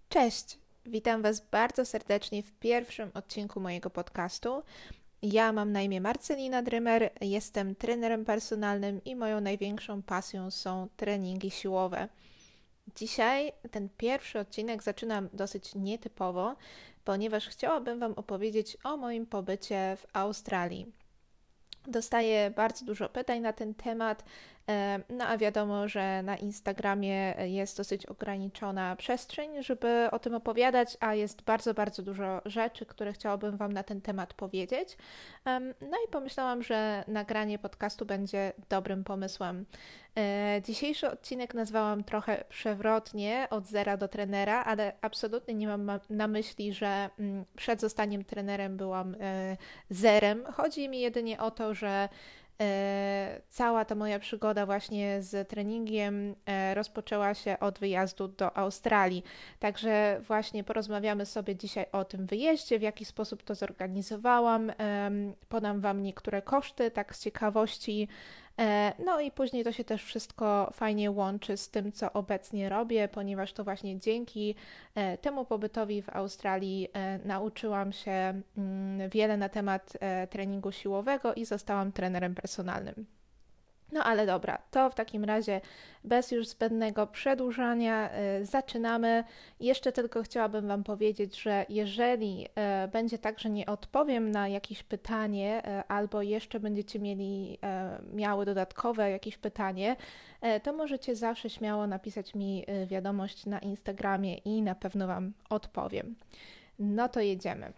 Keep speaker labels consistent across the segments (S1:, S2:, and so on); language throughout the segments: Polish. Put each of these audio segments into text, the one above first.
S1: Cześć, witam Was bardzo serdecznie w pierwszym odcinku mojego podcastu. Ja mam na imię Marcelina Drymer, jestem trenerem personalnym i moją największą pasją są treningi siłowe. Dzisiaj ten pierwszy odcinek zaczynam dosyć nietypowo, ponieważ chciałabym Wam opowiedzieć o moim pobycie w Australii. Dostaję bardzo dużo pytań na ten temat, no a wiadomo, że na Instagramie jest dosyć ograniczona przestrzeń, żeby o tym opowiadać, a jest bardzo, bardzo dużo rzeczy, które chciałabym Wam na ten temat powiedzieć. No i pomyślałam, że nagranie podcastu będzie dobrym pomysłem. Dzisiejszy odcinek nazwałam trochę przewrotnie, od zera do trenera, ale absolutnie nie mam na myśli, że przed zostaniem trenerem byłam zerem. Chodzi mi jedynie o to, że cała ta moja przygoda właśnie z treningiem rozpoczęła się od wyjazdu do Australii. Także właśnie porozmawiamy sobie dzisiaj o tym wyjeździe, w jaki sposób to zorganizowałam. Podam Wam niektóre koszty, tak z ciekawości. No i później to się też wszystko fajnie łączy z tym, co obecnie robię, ponieważ to właśnie dzięki temu pobytowi w Australii nauczyłam się wiele na temat treningu siłowego i zostałam trenerem personalnym. No ale dobra, to w takim razie bez już zbędnego przedłużania zaczynamy. Jeszcze tylko chciałabym Wam powiedzieć, że jeżeli będzie tak, że nie odpowiem na jakieś pytanie albo jeszcze będziecie miały dodatkowe jakieś pytanie, to możecie zawsze śmiało napisać mi wiadomość na Instagramie i na pewno Wam odpowiem. No to jedziemy.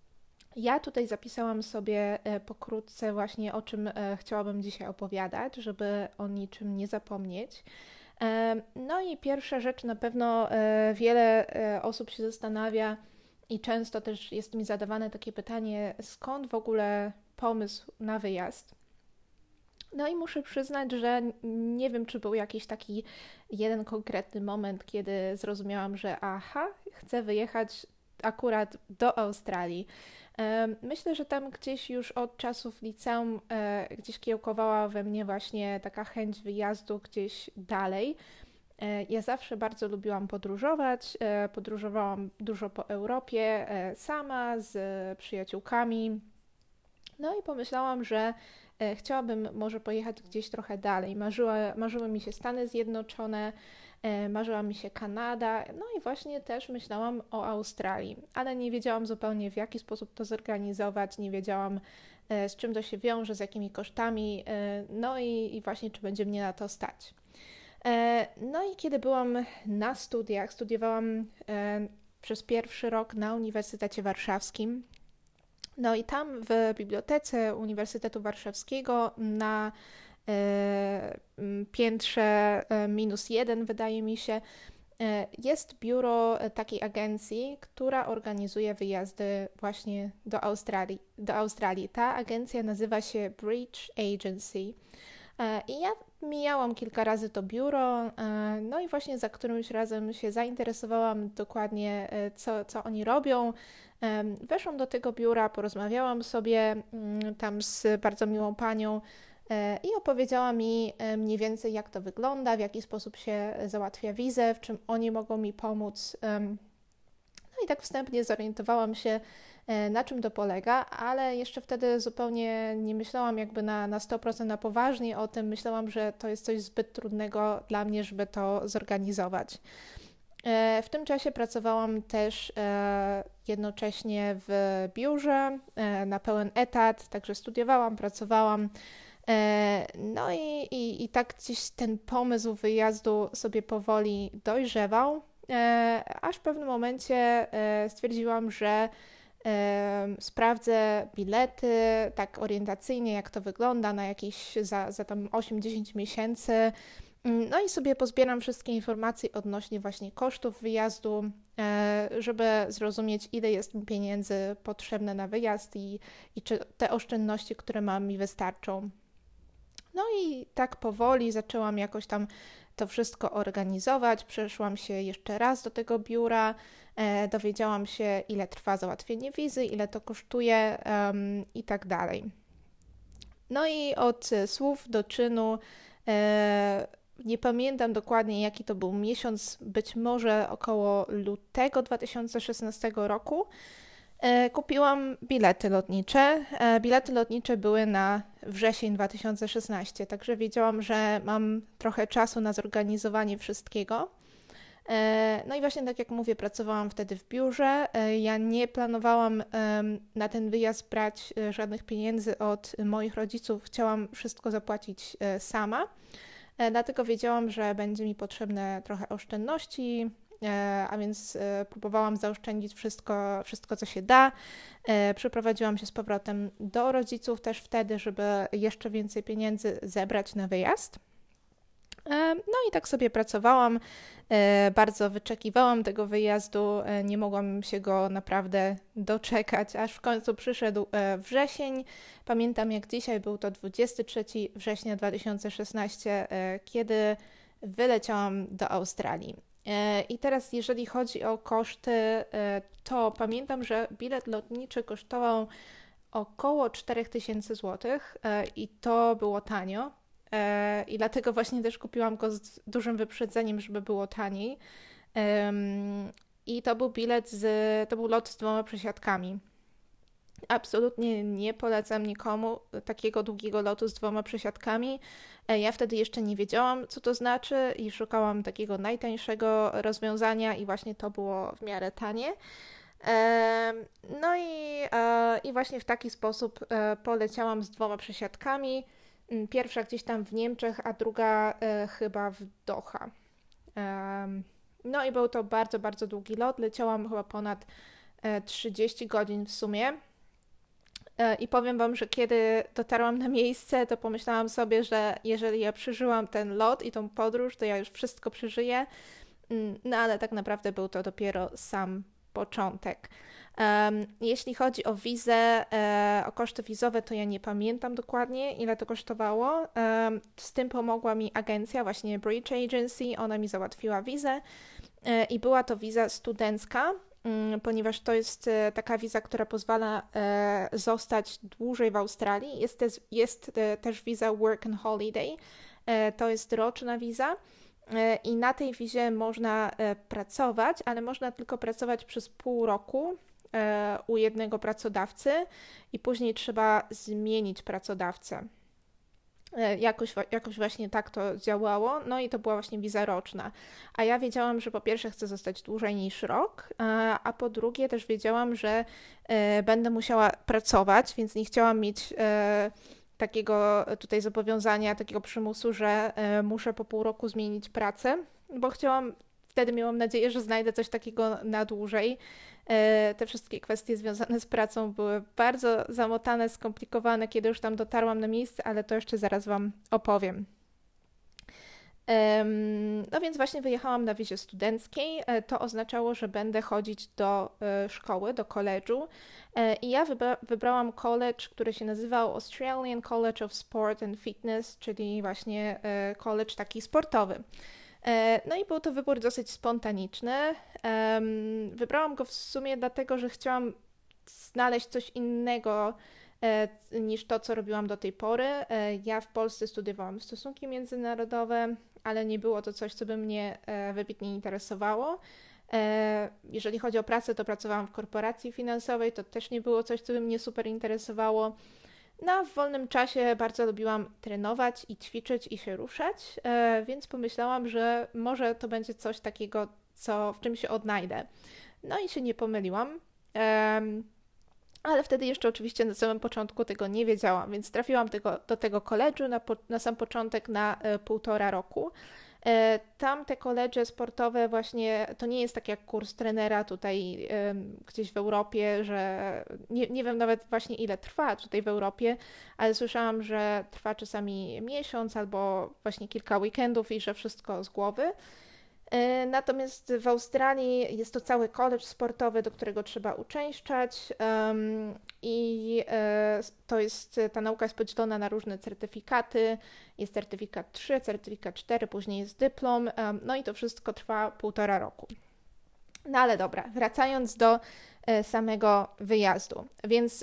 S1: Ja tutaj zapisałam sobie pokrótce właśnie o czym chciałabym dzisiaj opowiadać, żeby o niczym nie zapomnieć. No i pierwsza rzecz, na pewno wiele osób się zastanawia i często też jest mi zadawane takie pytanie, skąd w ogóle pomysł na wyjazd? No i muszę przyznać, że nie wiem, czy był jakiś taki jeden konkretny moment, kiedy zrozumiałam, że chcę wyjechać akurat do Australii. Myślę, że tam gdzieś już od czasów liceum gdzieś kiełkowała we mnie właśnie taka chęć wyjazdu gdzieś dalej. Ja zawsze bardzo lubiłam podróżować, podróżowałam dużo po Europie sama z przyjaciółkami. No i pomyślałam, że chciałabym może pojechać gdzieś trochę dalej. Marzyły mi się Stany Zjednoczone, marzyła mi się Kanada, no i właśnie też myślałam o Australii, ale nie wiedziałam zupełnie w jaki sposób to zorganizować, nie wiedziałam z czym to się wiąże, z jakimi kosztami, no i właśnie czy będzie mnie na to stać. No i kiedy byłam na studiach, studiowałam przez pierwszy rok na Uniwersytecie Warszawskim, no i tam w bibliotece Uniwersytetu Warszawskiego na piętrze -1, wydaje mi się, jest biuro takiej agencji, która organizuje wyjazdy właśnie do Australii. Ta agencja nazywa się Bridge Agency. I ja mijałam kilka razy to biuro, no i właśnie za którymś razem się zainteresowałam dokładnie, co oni robią. Weszłam do tego biura, porozmawiałam sobie tam z bardzo miłą panią i opowiedziała mi mniej więcej, jak to wygląda, w jaki sposób się załatwia wizę, w czym oni mogą mi pomóc. No i tak wstępnie zorientowałam się, na czym to polega, ale jeszcze wtedy zupełnie nie myślałam jakby na 100% na poważnie o tym. Myślałam, że to jest coś zbyt trudnego dla mnie, żeby to zorganizować. W tym czasie pracowałam też jednocześnie w biurze na pełen etat, także studiowałam, pracowałam. No i tak gdzieś ten pomysł wyjazdu sobie powoli dojrzewał, aż w pewnym momencie stwierdziłam, że sprawdzę bilety tak orientacyjnie, jak to wygląda na jakieś za tam 8-10 miesięcy. No i sobie pozbieram wszystkie informacje odnośnie właśnie kosztów wyjazdu, żeby zrozumieć, ile jest mi pieniędzy potrzebne na wyjazd i czy te oszczędności, które mam, mi wystarczą. No i tak powoli zaczęłam jakoś tam to wszystko organizować. Przeszłam się jeszcze raz do tego biura, dowiedziałam się, ile trwa załatwienie wizy, ile to kosztuje i tak dalej. No i od słów do czynu nie pamiętam dokładnie jaki to był miesiąc, być może około lutego 2016 roku, kupiłam bilety lotnicze. Bilety lotnicze były na wrzesień 2016, także wiedziałam, że mam trochę czasu na zorganizowanie wszystkiego. No i właśnie tak jak mówię, pracowałam wtedy w biurze. Ja nie planowałam na ten wyjazd brać żadnych pieniędzy od moich rodziców. Chciałam wszystko zapłacić sama. Dlatego wiedziałam, że będzie mi potrzebne trochę oszczędności, a więc próbowałam zaoszczędzić wszystko co się da. Przeprowadziłam się z powrotem do rodziców też wtedy, żeby jeszcze więcej pieniędzy zebrać na wyjazd. No i tak sobie pracowałam, bardzo wyczekiwałam tego wyjazdu, nie mogłam się go naprawdę doczekać, aż w końcu przyszedł wrzesień. Pamiętam jak dzisiaj, był to 23 września 2016, kiedy wyleciałam do Australii. I teraz jeżeli chodzi o koszty, to pamiętam, że bilet lotniczy kosztował około 4000 zł i to było tanio. I dlatego właśnie też kupiłam go z dużym wyprzedzeniem, żeby było taniej. I to był to był lot z 2 przesiadkami. Absolutnie nie polecam nikomu takiego długiego lotu z 2 przesiadkami. Ja wtedy jeszcze nie wiedziałam, co to znaczy i szukałam takiego najtańszego rozwiązania i właśnie to było w miarę tanie. No i właśnie w taki sposób poleciałam z 2 przesiadkami. Pierwsza gdzieś tam w Niemczech, a druga chyba w Doha. No i był to bardzo, bardzo długi lot. Leciałam chyba ponad 30 godzin w sumie. I powiem Wam, że kiedy dotarłam na miejsce, to pomyślałam sobie, że jeżeli ja przeżyłam ten lot i tą podróż, to ja już wszystko przeżyję. No ale tak naprawdę był to dopiero sam początek. Jeśli chodzi o wizę, o koszty wizowe, to ja nie pamiętam dokładnie, ile to kosztowało. Z tym pomogła mi agencja, właśnie Bridge Agency, ona mi załatwiła wizę i była to wiza studencka, ponieważ to jest taka wiza, która pozwala zostać dłużej w Australii. Jest też wiza Work and Holiday, to jest roczna wiza. I na tej wizie można pracować, ale można tylko pracować przez pół roku u jednego pracodawcy i później trzeba zmienić pracodawcę. Jakoś właśnie tak to działało, no i to była właśnie wiza roczna. A ja wiedziałam, że po pierwsze chcę zostać dłużej niż rok, a po drugie też wiedziałam, że będę musiała pracować, więc nie chciałam mieć takiego tutaj zobowiązania, takiego przymusu, że muszę po pół roku zmienić pracę, bo wtedy miałam nadzieję, że znajdę coś takiego na dłużej. Te wszystkie kwestie związane z pracą były bardzo zamotane, skomplikowane, kiedy już tam dotarłam na miejsce, ale to jeszcze zaraz Wam opowiem. No więc właśnie wyjechałam na wizie studenckiej. To oznaczało, że będę chodzić do szkoły, do college'u i ja wybrałam college, który się nazywał Australian College of Sport and Fitness, czyli właśnie college taki sportowy. No i był to wybór dosyć spontaniczny. Wybrałam go w sumie dlatego, że chciałam znaleźć coś innego niż to, co robiłam do tej pory. Ja w Polsce studiowałam stosunki międzynarodowe, ale nie było to coś, co by mnie wybitnie interesowało. Jeżeli chodzi o pracę, to pracowałam w korporacji finansowej, to też nie było coś, co by mnie super interesowało. No, w wolnym czasie bardzo lubiłam trenować i ćwiczyć i się ruszać, więc pomyślałam, że może to będzie coś takiego, w czym się odnajdę. No i się nie pomyliłam, ale wtedy jeszcze oczywiście na samym początku tego nie wiedziałam, więc trafiłam do tego college'u na sam początek na 1,5 roku. Tam te koledże sportowe właśnie, to nie jest tak jak kurs trenera tutaj gdzieś w Europie, że nie wiem nawet właśnie ile trwa tutaj w Europie, ale słyszałam, że trwa czasami miesiąc albo właśnie kilka weekendów i że wszystko z głowy. Natomiast w Australii jest to cały college sportowy, do którego trzeba uczęszczać i ta nauka jest podzielona na różne certyfikaty. Jest certyfikat 3, certyfikat 4, później jest dyplom, no i to wszystko trwa 1,5 roku. No ale dobra, wracając do samego wyjazdu. Więc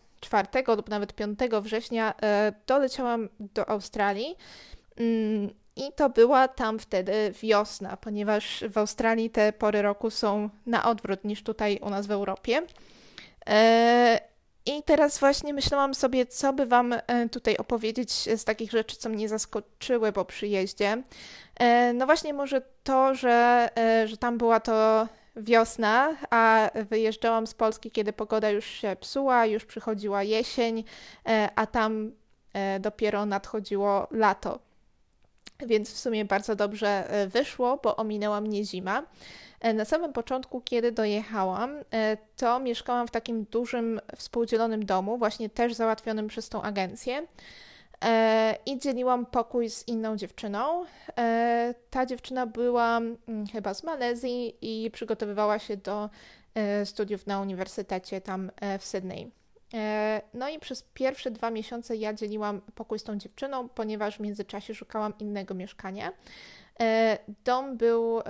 S1: 24 lub nawet 5 września doleciałam do Australii. I to była tam wtedy wiosna, ponieważ w Australii te pory roku są na odwrót niż tutaj u nas w Europie. I teraz właśnie myślałam sobie, co by Wam tutaj opowiedzieć z takich rzeczy, co mnie zaskoczyły po przyjeździe. No właśnie może to, że tam była to wiosna, a wyjeżdżałam z Polski, kiedy pogoda już się psuła, już przychodziła jesień, a tam dopiero nadchodziło lato. Więc w sumie bardzo dobrze wyszło, bo ominęła mnie zima. Na samym początku, kiedy dojechałam, to mieszkałam w takim dużym współdzielonym domu, właśnie też załatwionym przez tą agencję. I dzieliłam pokój z inną dziewczyną. Ta dziewczyna była chyba z Malezji i przygotowywała się do studiów na uniwersytecie tam w Sydney. No i przez pierwsze 2 miesiące ja dzieliłam pokój z tą dziewczyną, ponieważ w międzyczasie szukałam innego mieszkania. Dom był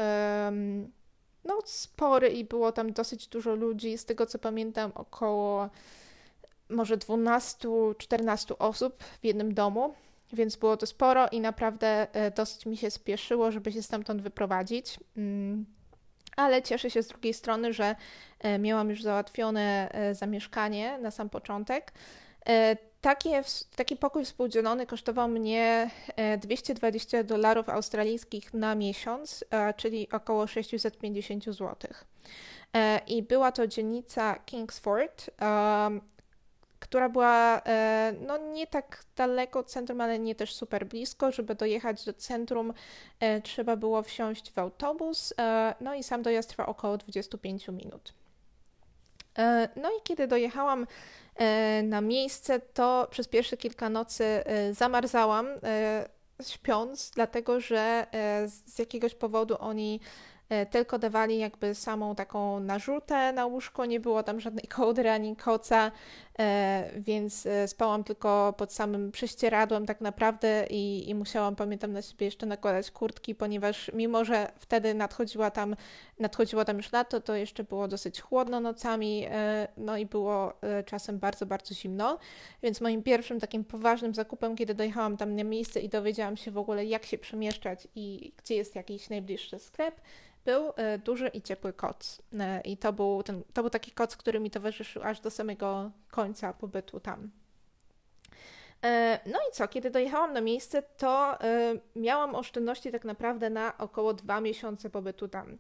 S1: spory i było tam dosyć dużo ludzi. Z tego co pamiętam, około może 12-14 osób w jednym domu, więc było to sporo i naprawdę dosyć mi się spieszyło, żeby się stamtąd wyprowadzić. Ale cieszę się z drugiej strony, że miałam już załatwione zamieszkanie na sam początek. Taki pokój współdzielony kosztował mnie $220 australijskich na miesiąc, czyli około 650 zł. I była to dzielnica Kingsford, która była nie tak daleko od centrum, ale nie też super blisko. Żeby dojechać do centrum, trzeba było wsiąść w autobus, no i sam dojazd trwa około 25 minut. No i kiedy dojechałam na miejsce, to przez pierwsze kilka nocy zamarzałam śpiąc, dlatego że z jakiegoś powodu oni tylko dawali jakby samą taką narzutę na łóżko, nie było tam żadnej kołdry ani koca, więc spałam tylko pod samym prześcieradłem tak naprawdę i musiałam, pamiętam, na siebie jeszcze nakładać kurtki, ponieważ mimo, że wtedy nadchodziło tam już lato, to jeszcze było dosyć chłodno nocami, no i było czasem bardzo, bardzo zimno, więc moim pierwszym takim poważnym zakupem, kiedy dojechałam tam na miejsce i dowiedziałam się w ogóle, jak się przemieszczać i gdzie jest jakiś najbliższy sklep, był duży i ciepły koc. I to był taki koc, który mi towarzyszył aż do samego końca pobytu tam. No i co, kiedy dojechałam na miejsce, to miałam oszczędności tak naprawdę na około 2 miesiące pobytu tam.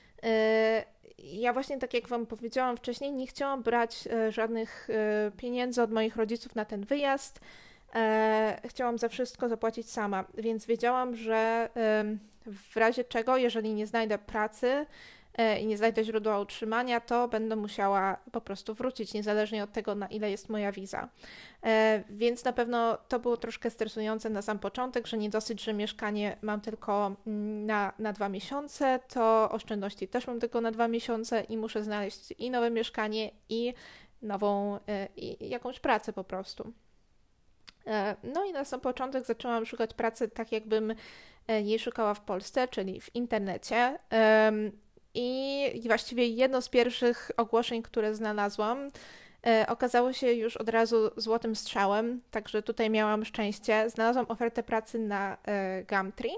S1: Ja właśnie, tak jak Wam powiedziałam wcześniej, nie chciałam brać żadnych pieniędzy od moich rodziców na ten wyjazd. Chciałam za wszystko zapłacić sama, więc wiedziałam, że w razie czego, jeżeli nie znajdę pracy i nie znajdę źródła utrzymania, to będę musiała po prostu wrócić, niezależnie od tego, na ile jest moja wiza. Więc na pewno to było troszkę stresujące na sam początek, że nie dosyć, że mieszkanie mam tylko na 2 miesiące, to oszczędności też mam tylko na 2 miesiące i muszę znaleźć i nowe mieszkanie, i nową, i jakąś pracę po prostu. No i na sam początek zaczęłam szukać pracy tak, jakbym jej szukała w Polsce, czyli w internecie. I właściwie jedno z pierwszych ogłoszeń, które znalazłam, okazało się już od razu złotym strzałem, także tutaj miałam szczęście. Znalazłam ofertę pracy na Gumtree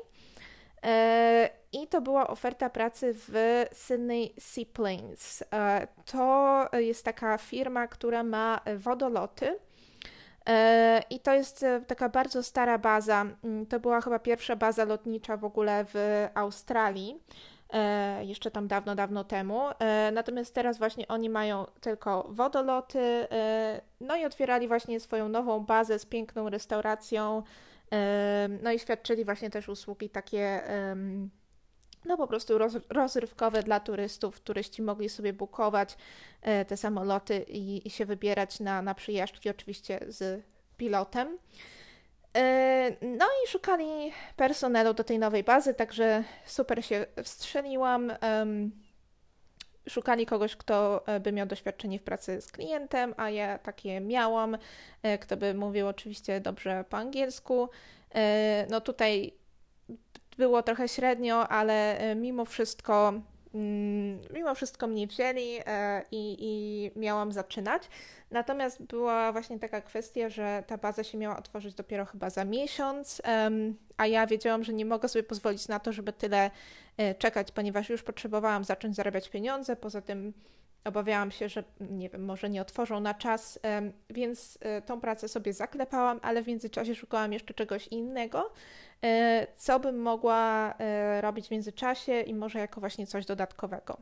S1: i to była oferta pracy w Sydney Seaplanes. To jest taka firma, która ma wodoloty. I to jest taka bardzo stara baza. To była chyba pierwsza baza lotnicza w ogóle w Australii, jeszcze tam dawno, dawno temu. Natomiast teraz właśnie oni mają tylko wodoloty, no i otwierali właśnie swoją nową bazę z piękną restauracją, no i świadczyli właśnie też usługi takie no po prostu rozrywkowe dla turystów. Turyści mogli sobie bukować te samoloty i się wybierać na przyjażdżki, oczywiście z pilotem. No i szukali personelu do tej nowej bazy, także super się wstrzeliłam. Szukali kogoś, kto by miał doświadczenie w pracy z klientem, a ja takie miałam, kto by mówił oczywiście dobrze po angielsku. No tutaj było trochę średnio, ale mimo wszystko mimo wszystko mnie wzięli i miałam zaczynać. Natomiast była właśnie taka kwestia, że ta baza się miała otworzyć dopiero chyba za miesiąc, a ja wiedziałam, że nie mogę sobie pozwolić na to, żeby tyle czekać, ponieważ już potrzebowałam zacząć zarabiać pieniądze. Poza tym obawiałam się, że nie wiem, może nie otworzą na czas, więc tą pracę sobie zaklepałam, ale w międzyczasie szukałam jeszcze czegoś innego, co bym mogła robić w międzyczasie i może jako właśnie coś dodatkowego.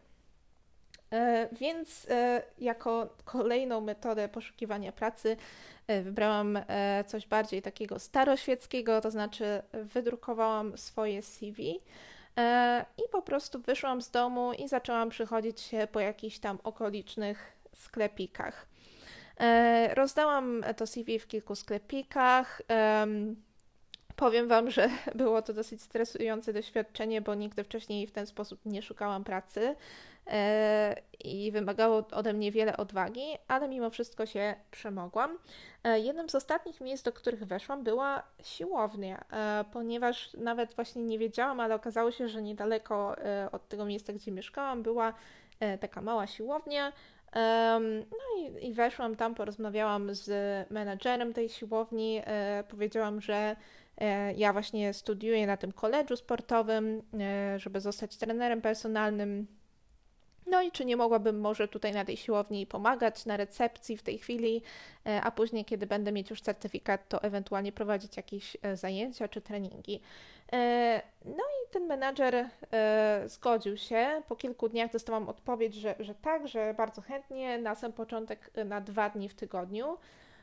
S1: Więc jako kolejną metodę poszukiwania pracy wybrałam coś bardziej takiego staroświeckiego, to znaczy wydrukowałam swoje CV i po prostu wyszłam z domu i zaczęłam przychodzić się po jakichś tam okolicznych sklepikach. Rozdałam to CV w kilku sklepikach. Powiem Wam, że było to dosyć stresujące doświadczenie, bo nigdy wcześniej w ten sposób nie szukałam pracy i wymagało ode mnie wiele odwagi, ale mimo wszystko się przemogłam. Jednym z ostatnich miejsc, do których weszłam, była siłownia, ponieważ nawet właśnie nie wiedziałam, ale okazało się, że niedaleko od tego miejsca, gdzie mieszkałam, była taka mała siłownia. No i weszłam tam, porozmawiałam z menadżerem tej siłowni, powiedziałam, że ja właśnie studiuję na tym koledżu sportowym, żeby zostać trenerem personalnym. No i czy nie mogłabym może tutaj na tej siłowni pomagać na recepcji w tej chwili, a później, kiedy będę mieć już certyfikat, to ewentualnie prowadzić jakieś zajęcia czy treningi. No i ten menadżer zgodził się. Po kilku dniach dostałam odpowiedź, że tak, że bardzo chętnie, na sam początek na 2 dni w tygodniu.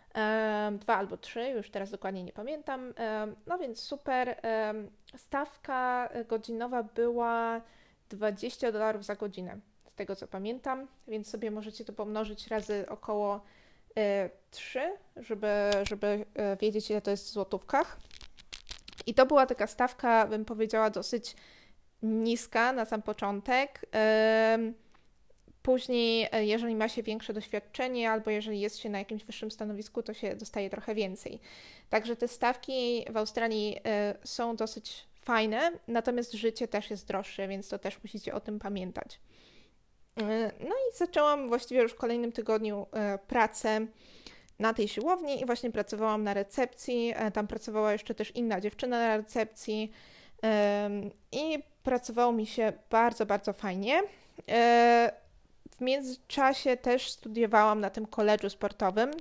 S1: 2 albo 3, już teraz dokładnie nie pamiętam. No więc super. Stawka godzinowa była $20 za godzinę, z tego co pamiętam, więc sobie możecie to pomnożyć razy około 3, żeby wiedzieć, ile to jest w złotówkach. I to była taka stawka, bym powiedziała, dosyć niska na sam początek. Później, jeżeli ma się większe doświadczenie albo jeżeli jest się na jakimś wyższym stanowisku, to się dostaje trochę więcej. Także te stawki w Australii są dosyć fajne, natomiast życie też jest droższe, więc to też musicie o tym pamiętać. No i zaczęłam właściwie już w kolejnym tygodniu pracę na tej siłowni i właśnie pracowałam na recepcji. Tam pracowała jeszcze też inna dziewczyna na recepcji i pracowało mi się bardzo, bardzo fajnie. W międzyczasie też studiowałam na tym koledżu sportowym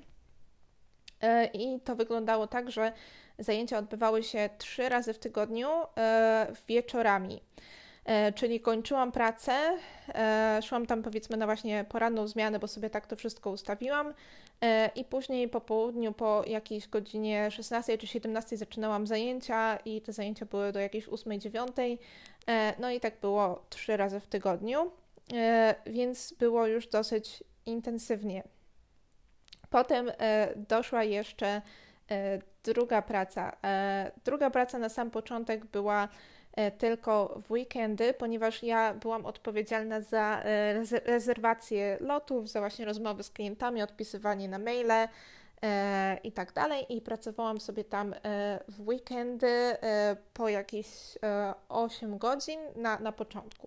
S1: i to wyglądało tak, że zajęcia odbywały się 3 razy w tygodniu wieczorami. Czyli kończyłam pracę, szłam tam powiedzmy na właśnie poranną zmianę, bo sobie tak to wszystko ustawiłam i później po południu, po jakiejś godzinie 16 czy 17 zaczynałam zajęcia i te zajęcia były do jakiejś 8-9, no i tak było 3 razy w tygodniu, więc było już dosyć intensywnie. Potem doszła jeszcze druga praca. Druga praca na sam początek była tylko w weekendy, ponieważ ja byłam odpowiedzialna za rezerwację lotów, za właśnie rozmowy z klientami, odpisywanie na maile i tak dalej. I pracowałam sobie tam w weekendy po jakieś 8 godzin na początku.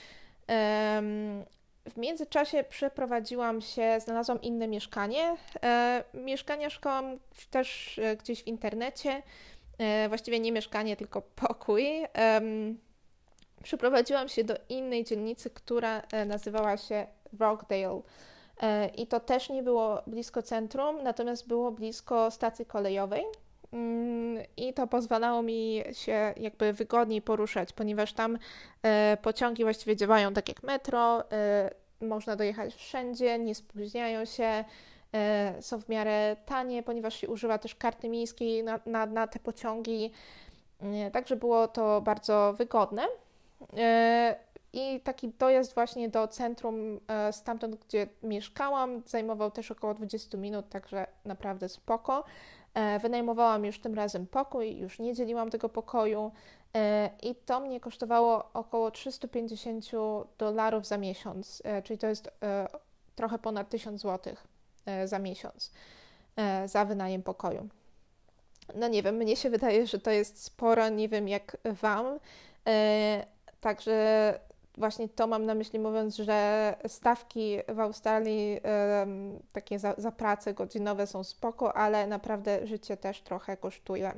S1: W międzyczasie przeprowadziłam się, znalazłam inne mieszkanie. Mieszkania szukałam też gdzieś w internecie. Właściwie nie mieszkanie, tylko pokój. Przeprowadziłam się do innej dzielnicy, która nazywała się Rockdale. I to też nie było blisko centrum, natomiast było blisko stacji kolejowej. I to pozwalało mi się jakby wygodniej poruszać, ponieważ tam pociągi właściwie działają tak jak metro, można dojechać wszędzie, nie spóźniają się, są w miarę tanie, ponieważ się używa też karty miejskiej na te pociągi, także było to bardzo wygodne. I taki dojazd właśnie do centrum stamtąd, gdzie mieszkałam, zajmował też około 20 minut, także naprawdę spoko. Wynajmowałam już tym razem pokój, już nie dzieliłam tego pokoju i to mnie kosztowało około $350 za miesiąc, czyli to jest trochę ponad 1000 zł za miesiąc za wynajem pokoju. No nie wiem, mnie się wydaje, że to jest sporo, nie wiem jak Wam, także właśnie to mam na myśli, mówiąc, że stawki w Australii takie za pracę godzinowe są spoko, ale naprawdę życie też trochę kosztuje.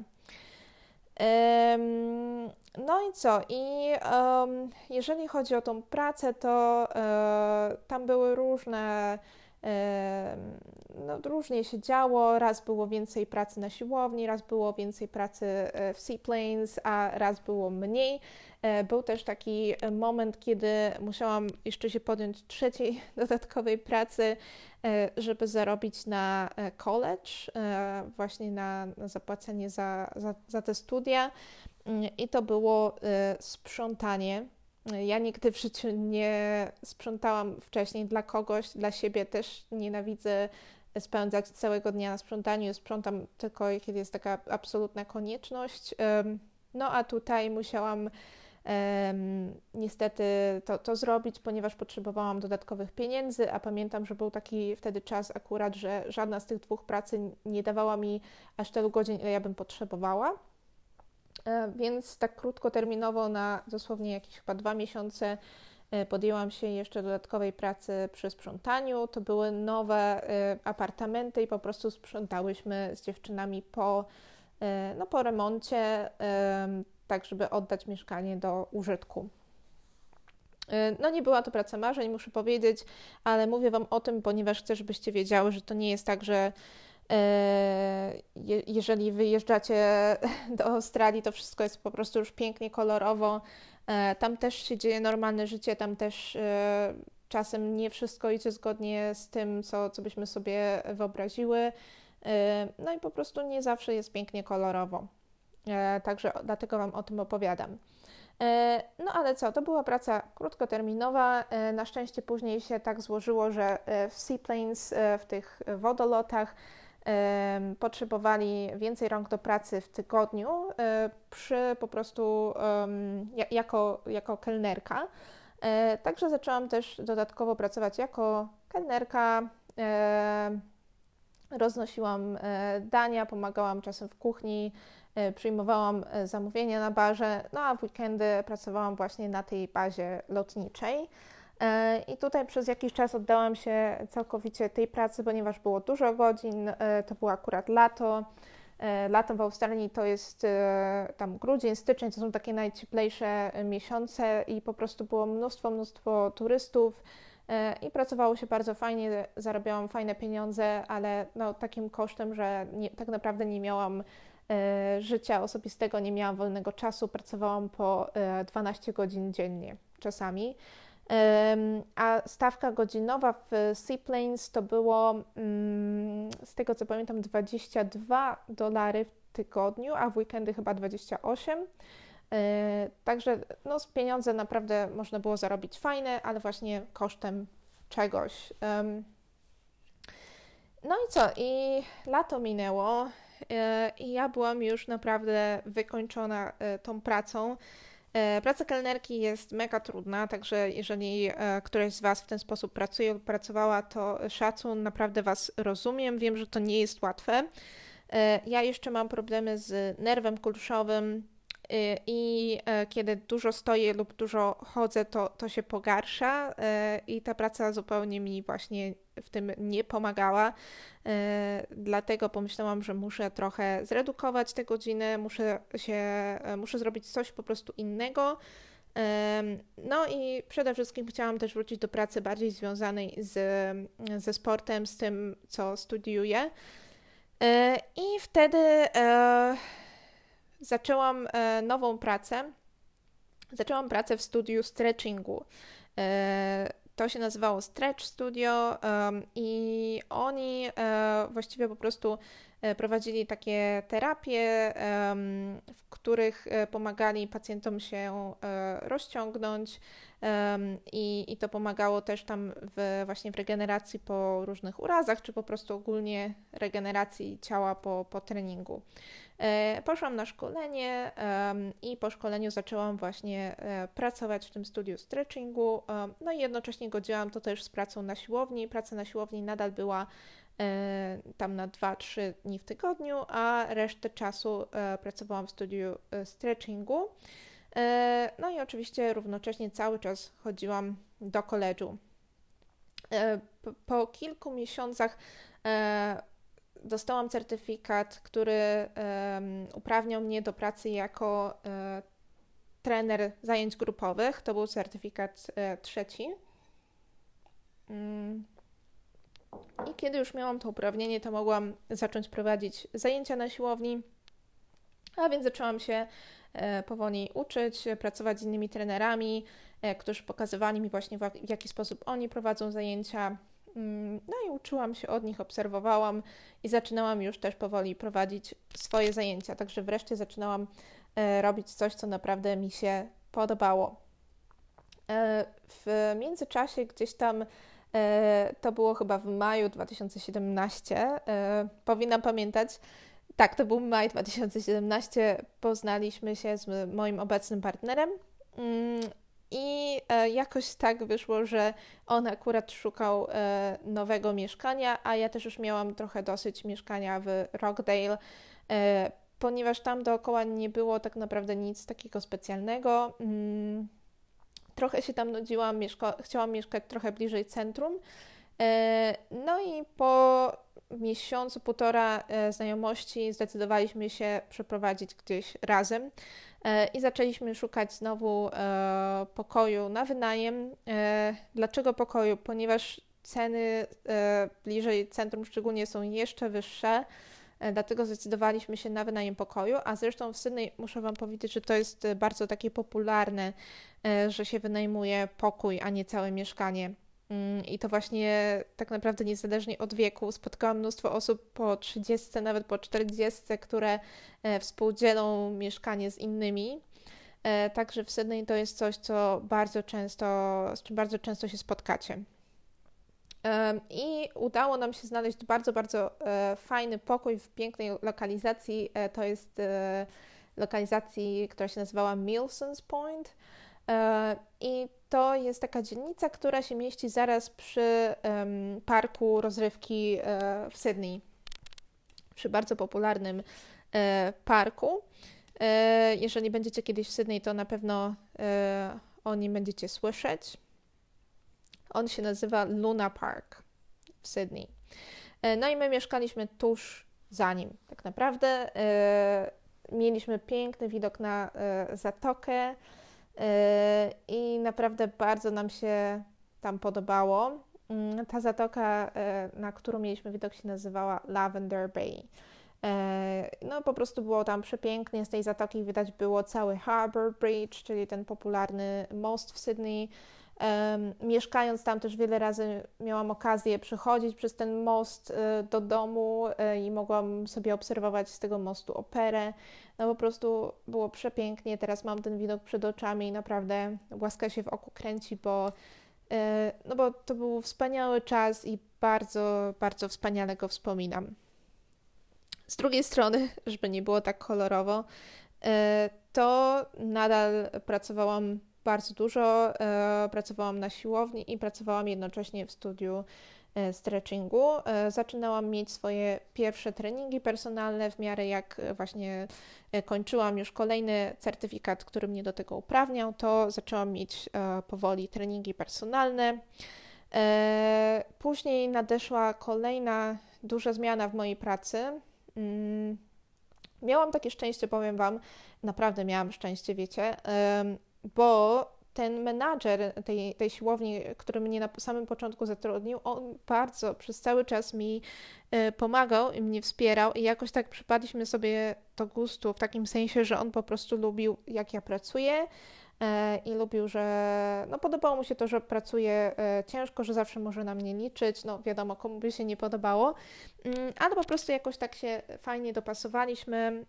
S1: No i co? Jeżeli chodzi o tą pracę, to tam były różne, różnie się działo. Raz było więcej pracy na siłowni, raz było więcej pracy w Seaplanes, a raz było mniej. Był też taki moment, kiedy musiałam jeszcze się podjąć trzeciej dodatkowej pracy, żeby zarobić na college, właśnie na zapłacenie za te studia. I to było sprzątanie. Ja nigdy w życiu nie sprzątałam wcześniej dla kogoś, dla siebie też nienawidzę spędzać całego dnia na sprzątaniu. Sprzątam tylko, kiedy jest taka absolutna konieczność. No a tutaj musiałam niestety to zrobić, ponieważ potrzebowałam dodatkowych pieniędzy, a pamiętam, że był taki wtedy czas akurat, że żadna z tych dwóch pracy nie dawała mi aż tylu godzin, ile ja bym potrzebowała. Więc tak krótkoterminowo na dosłownie jakieś chyba 2 miesiące podjęłam się jeszcze dodatkowej pracy przy sprzątaniu. To były nowe apartamenty i po prostu sprzątałyśmy z dziewczynami po remoncie, tak żeby oddać mieszkanie do użytku. No nie była to praca marzeń, muszę powiedzieć, ale mówię Wam o tym, ponieważ chcę, żebyście wiedziały, że to nie jest tak, że jeżeli wyjeżdżacie do Australii, to wszystko jest po prostu już pięknie, kolorowo. Tam też się dzieje normalne życie, tam też czasem nie wszystko idzie zgodnie z tym, co byśmy sobie wyobraziły. No i po prostu nie zawsze jest pięknie, kolorowo. Także dlatego Wam o tym opowiadam. No ale co, to była praca krótkoterminowa. Na szczęście później się tak złożyło, że w Seaplanes, w tych wodolotach, potrzebowali więcej rąk do pracy w tygodniu po prostu jako kelnerka. Także zaczęłam też dodatkowo pracować jako kelnerka. Roznosiłam dania, pomagałam czasem w kuchni, przyjmowałam zamówienia na barze, no a w weekendy pracowałam właśnie na tej bazie lotniczej. I tutaj przez jakiś czas oddałam się całkowicie tej pracy, ponieważ było dużo godzin, to było akurat lato. Lato w Australii to jest tam grudzień, styczeń, to są takie najcieplejsze miesiące i po prostu było mnóstwo turystów i pracowało się bardzo fajnie, zarabiałam fajne pieniądze, ale takim kosztem, że tak naprawdę nie miałam życia osobistego, nie miałam wolnego czasu, pracowałam po 12 godzin dziennie czasami. A stawka godzinowa w Seaplanes to było, z tego co pamiętam, $22 w tygodniu, a w weekendy chyba 28. Także pieniądze naprawdę można było zarobić fajne, ale właśnie kosztem czegoś. No i co? I lato minęło i ja byłam już naprawdę wykończona tą pracą. Praca kelnerki jest mega trudna, także jeżeli któraś z Was w ten sposób pracuje lub pracowała, to szacun, naprawdę Was rozumiem, wiem, że to nie jest łatwe. Ja jeszcze mam problemy z nerwem kulszowym i kiedy dużo stoję lub dużo chodzę, to się pogarsza i ta praca zupełnie mi właśnie w tym nie pomagała. Dlatego pomyślałam, że muszę trochę zredukować te godziny, muszę zrobić coś po prostu innego. No i przede wszystkim chciałam też wrócić do pracy bardziej związanej ze sportem, z tym, co studiuję. I wtedy zaczęłam nową pracę. Zaczęłam pracę w studiu stretchingu. To się nazywało Stretch Studio i oni właściwie po prostu prowadzili takie terapie, w których pomagali pacjentom się rozciągnąć i to pomagało też tam właśnie w regeneracji po różnych urazach, czy po prostu ogólnie regeneracji ciała po treningu. Poszłam na szkolenie i po szkoleniu zaczęłam właśnie pracować w tym studiu stretchingu, no i jednocześnie godziłam to też z pracą na siłowni. Praca na siłowni nadal była tam na 2-3 dni w tygodniu, a resztę czasu pracowałam w studiu stretchingu. No i oczywiście równocześnie cały czas chodziłam do koledżu. Po kilku miesiącach dostałam certyfikat, który uprawniał mnie do pracy jako trener zajęć grupowych. To był certyfikat 3. I kiedy już miałam to uprawnienie, to mogłam zacząć prowadzić zajęcia na siłowni, a więc zaczęłam się powoli uczyć, pracować z innymi trenerami, którzy pokazywali mi właśnie w jaki sposób oni prowadzą zajęcia. No i uczyłam się od nich, obserwowałam i zaczynałam już też powoli prowadzić swoje zajęcia. Także wreszcie zaczynałam robić coś, co naprawdę mi się podobało. W międzyczasie gdzieś tam to było chyba w maju 2017, powinnam pamiętać. Tak, to był maj 2017, poznaliśmy się z moim obecnym partnerem i jakoś tak wyszło, że on akurat szukał nowego mieszkania, a ja też już miałam trochę dosyć mieszkania w Rockdale, ponieważ tam dookoła nie było tak naprawdę nic takiego specjalnego. Trochę się tam nudziłam, chciałam mieszkać trochę bliżej centrum. No i po miesiącu, półtora znajomości zdecydowaliśmy się przeprowadzić gdzieś razem i zaczęliśmy szukać znowu pokoju na wynajem. Dlaczego pokoju? Ponieważ ceny bliżej centrum szczególnie są jeszcze wyższe, dlatego zdecydowaliśmy się na wynajem pokoju, a zresztą w Sydney muszę Wam powiedzieć, że to jest bardzo takie popularne, że się wynajmuje pokój, a nie całe mieszkanie. I to właśnie tak naprawdę niezależnie od wieku. Spotkałam mnóstwo osób po 30, nawet po 40, które współdzielą mieszkanie z innymi. Także w Sydney to jest coś, z czym bardzo często się spotkacie. I udało nam się znaleźć bardzo, bardzo fajny pokój w pięknej lokalizacji. To jest lokalizacji, która się nazywała Milsons Point. I to jest taka dzielnica, która się mieści zaraz przy parku rozrywki w Sydney. Przy bardzo popularnym parku. Jeżeli będziecie kiedyś w Sydney, to na pewno o nim będziecie słyszeć. On się nazywa Luna Park w Sydney. No i my mieszkaliśmy tuż za nim. Tak naprawdę mieliśmy piękny widok na zatokę i naprawdę bardzo nam się tam podobało. Ta zatoka, na którą mieliśmy widok, się nazywała Lavender Bay. No po prostu było tam przepięknie, z tej zatoki widać było cały Harbour Bridge, czyli ten popularny most w Sydney. Mieszkając tam też wiele razy miałam okazję przechodzić przez ten most do domu i mogłam sobie obserwować z tego mostu operę. No po prostu było przepięknie, teraz mam ten widok przed oczami i naprawdę łaska się w oku kręci, bo to był wspaniały czas i bardzo, bardzo wspaniale go wspominam. Z drugiej strony, żeby nie było tak kolorowo, to nadal pracowałam bardzo dużo, pracowałam na siłowni i pracowałam jednocześnie w studiu stretchingu. Zaczynałam mieć swoje pierwsze treningi personalne w miarę jak właśnie kończyłam już kolejny certyfikat, który mnie do tego uprawniał, to zaczęłam mieć powoli treningi personalne. Później nadeszła kolejna duża zmiana w mojej pracy. Miałam takie szczęście, powiem Wam, naprawdę miałam szczęście, wiecie, bo ten menadżer tej siłowni, który mnie na samym początku zatrudnił, on bardzo przez cały czas mi pomagał i mnie wspierał i jakoś tak przypadliśmy sobie do gustu w takim sensie, że on po prostu lubił, jak ja pracuję i lubił, że podobało mu się to, że pracuję ciężko, że zawsze może na mnie liczyć, wiadomo, komu by się nie podobało, ale po prostu jakoś tak się fajnie dopasowaliśmy.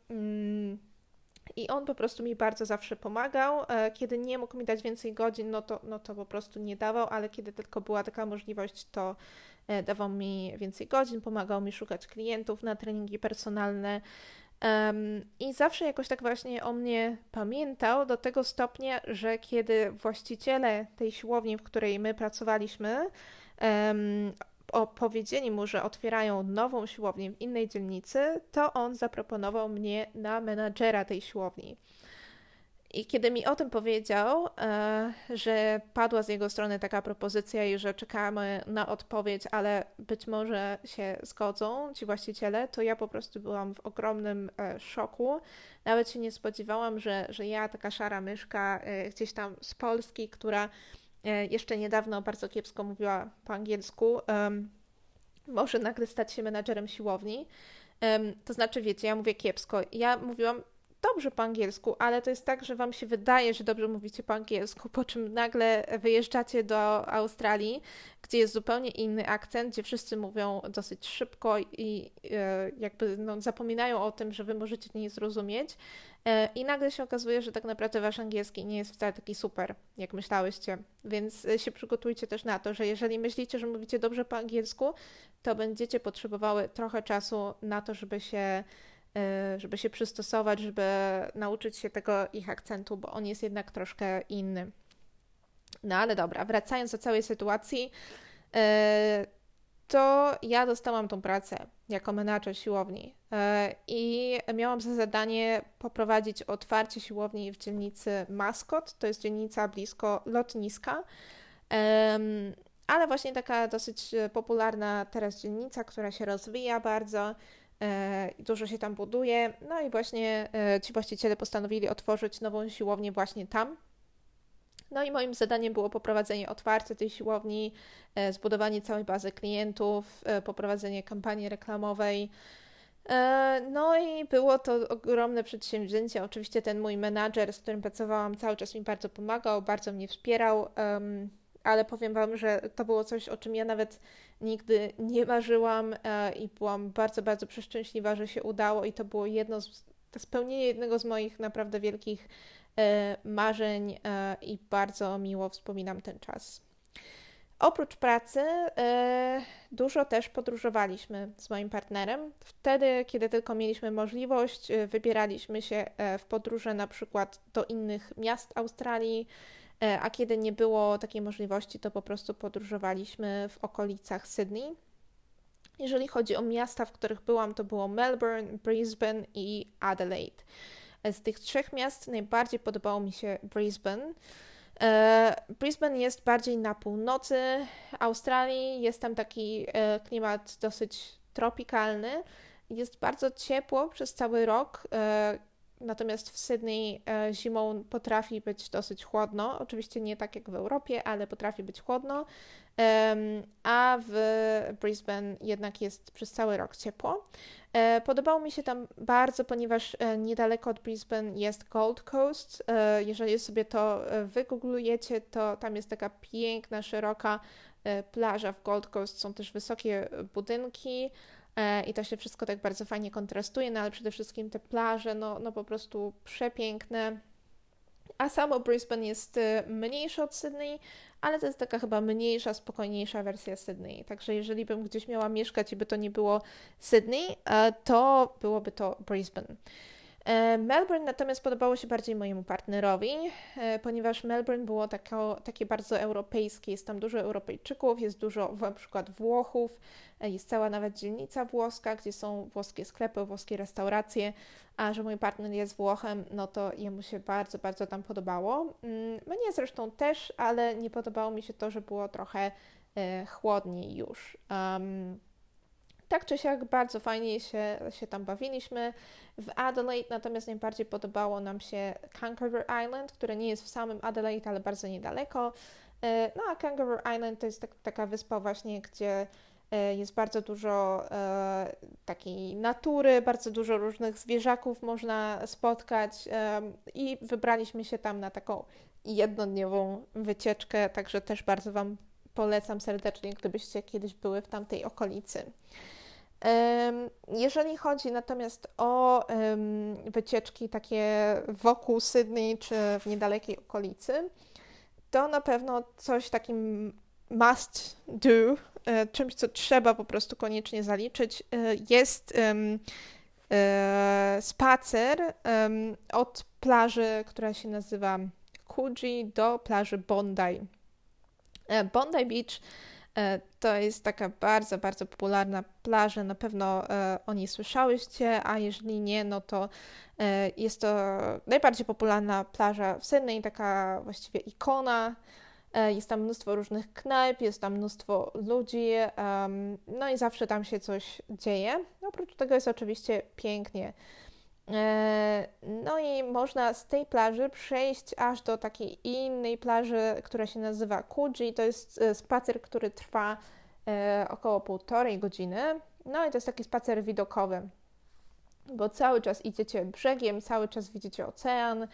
S1: I on po prostu mi bardzo zawsze pomagał. Kiedy nie mógł mi dać więcej godzin, no to po prostu nie dawał, ale kiedy tylko była taka możliwość, to dawał mi więcej godzin, pomagał mi szukać klientów na treningi personalne. I zawsze jakoś tak właśnie o mnie pamiętał do tego stopnia, że kiedy właściciele tej siłowni, w której my pracowaliśmy, powiedzieli mu, że otwierają nową siłownię w innej dzielnicy, to on zaproponował mnie na menadżera tej siłowni. I kiedy mi o tym powiedział, że padła z jego strony taka propozycja i że czekamy na odpowiedź, ale być może się zgodzą ci właściciele, to ja po prostu byłam w ogromnym szoku. Nawet się nie spodziewałam, że ja, taka szara myszka gdzieś tam z Polski, która jeszcze niedawno bardzo kiepsko mówiła po angielsku, może nagle stać się menadżerem siłowni. To znaczy, wiecie, ja mówię kiepsko. Ja mówiłam dobrze po angielsku, ale to jest tak, że wam się wydaje, że dobrze mówicie po angielsku, po czym nagle wyjeżdżacie do Australii, gdzie jest zupełnie inny akcent, gdzie wszyscy mówią dosyć szybko i jakby zapominają o tym, że wy możecie nie zrozumieć. I nagle się okazuje, że tak naprawdę wasz angielski nie jest wcale taki super, jak myślałyście. Więc się przygotujcie też na to, że jeżeli myślicie, że mówicie dobrze po angielsku, to będziecie potrzebowały trochę czasu na to, żeby się przystosować, żeby nauczyć się tego ich akcentu, bo on jest jednak troszkę inny. No ale dobra, wracając do całej sytuacji, to ja dostałam tą pracę jako menadżer siłowni i miałam za zadanie poprowadzić otwarcie siłowni w dzielnicy Mascot, to jest dzielnica blisko lotniska, ale właśnie taka dosyć popularna teraz dzielnica, która się rozwija bardzo, dużo się tam buduje, no i właśnie ci właściciele postanowili otworzyć nową siłownię właśnie tam. No i moim zadaniem było poprowadzenie otwarcia tej siłowni, zbudowanie całej bazy klientów, poprowadzenie kampanii reklamowej. No i było to ogromne przedsięwzięcie. Oczywiście ten mój menadżer, z którym pracowałam, cały czas mi bardzo pomagał, bardzo mnie wspierał, ale powiem wam, że to było coś, o czym ja nawet nigdy nie marzyłam i byłam bardzo, bardzo przeszczęśliwa, że się udało i to było spełnienie jednego z moich naprawdę wielkich marzeń i bardzo miło wspominam ten czas. Oprócz pracy dużo też podróżowaliśmy z moim partnerem. Wtedy, kiedy tylko mieliśmy możliwość, wybieraliśmy się w podróże na przykład do innych miast Australii, a kiedy nie było takiej możliwości, to po prostu podróżowaliśmy w okolicach Sydney. Jeżeli chodzi o miasta, w których byłam, to było Melbourne, Brisbane i Adelaide. Z tych trzech miast najbardziej podobało mi się Brisbane. Brisbane jest bardziej na północy Australii, jest tam taki klimat dosyć tropikalny, jest bardzo ciepło przez cały rok, natomiast w Sydney zimą potrafi być dosyć chłodno, oczywiście nie tak jak w Europie, ale potrafi być chłodno, a w Brisbane jednak jest przez cały rok ciepło. Podobało mi się tam bardzo, ponieważ niedaleko od Brisbane jest Gold Coast. Jeżeli sobie to wygooglujecie, to tam jest taka piękna, szeroka plaża w Gold Coast. Są też wysokie budynki i to się wszystko tak bardzo fajnie kontrastuje, no ale przede wszystkim te plaże, no po prostu przepiękne. A samo Brisbane jest mniejsze od Sydney, ale to jest taka chyba mniejsza, spokojniejsza wersja Sydney. Także jeżeli bym gdzieś miała mieszkać i by to nie było Sydney, to byłoby to Brisbane. Melbourne natomiast podobało się bardziej mojemu partnerowi, ponieważ Melbourne było takie bardzo europejskie. Jest tam dużo Europejczyków, jest dużo na przykład Włochów, jest cała nawet dzielnica włoska, gdzie są włoskie sklepy, włoskie restauracje, a że mój partner jest Włochem, no to jemu się bardzo, bardzo tam podobało. Mnie zresztą też, ale nie podobało mi się to, że było trochę chłodniej już. Tak czy siak bardzo fajnie się tam bawiliśmy. W Adelaide natomiast najbardziej podobało nam się Kangaroo Island, które nie jest w samym Adelaide, ale bardzo niedaleko. No a Kangaroo Island to jest taka wyspa właśnie, gdzie jest bardzo dużo takiej natury, bardzo dużo różnych zwierzaków można spotkać i wybraliśmy się tam na taką jednodniową wycieczkę, także też bardzo Wam polecam serdecznie, gdybyście kiedyś były w tamtej okolicy. Jeżeli chodzi natomiast o wycieczki takie wokół Sydney czy w niedalekiej okolicy, to na pewno coś takim must do, czymś, co trzeba po prostu koniecznie zaliczyć, jest spacer od plaży, która się nazywa Coogee, do plaży Bondi. Bondi Beach To jest taka bardzo, bardzo popularna plaża, na pewno o niej słyszałyście, a jeżeli nie, no to jest to najbardziej popularna plaża w Sydney, taka właściwie ikona. Jest tam mnóstwo różnych knajp, jest tam mnóstwo ludzi, no i zawsze tam się coś dzieje. Oprócz tego jest oczywiście pięknie. No i można z tej plaży przejść aż do takiej innej plaży, która się nazywa Coogee. To jest spacer, który trwa około 1,5 godziny. No i to jest taki spacer widokowy, bo cały czas idziecie brzegiem, cały czas widzicie ocean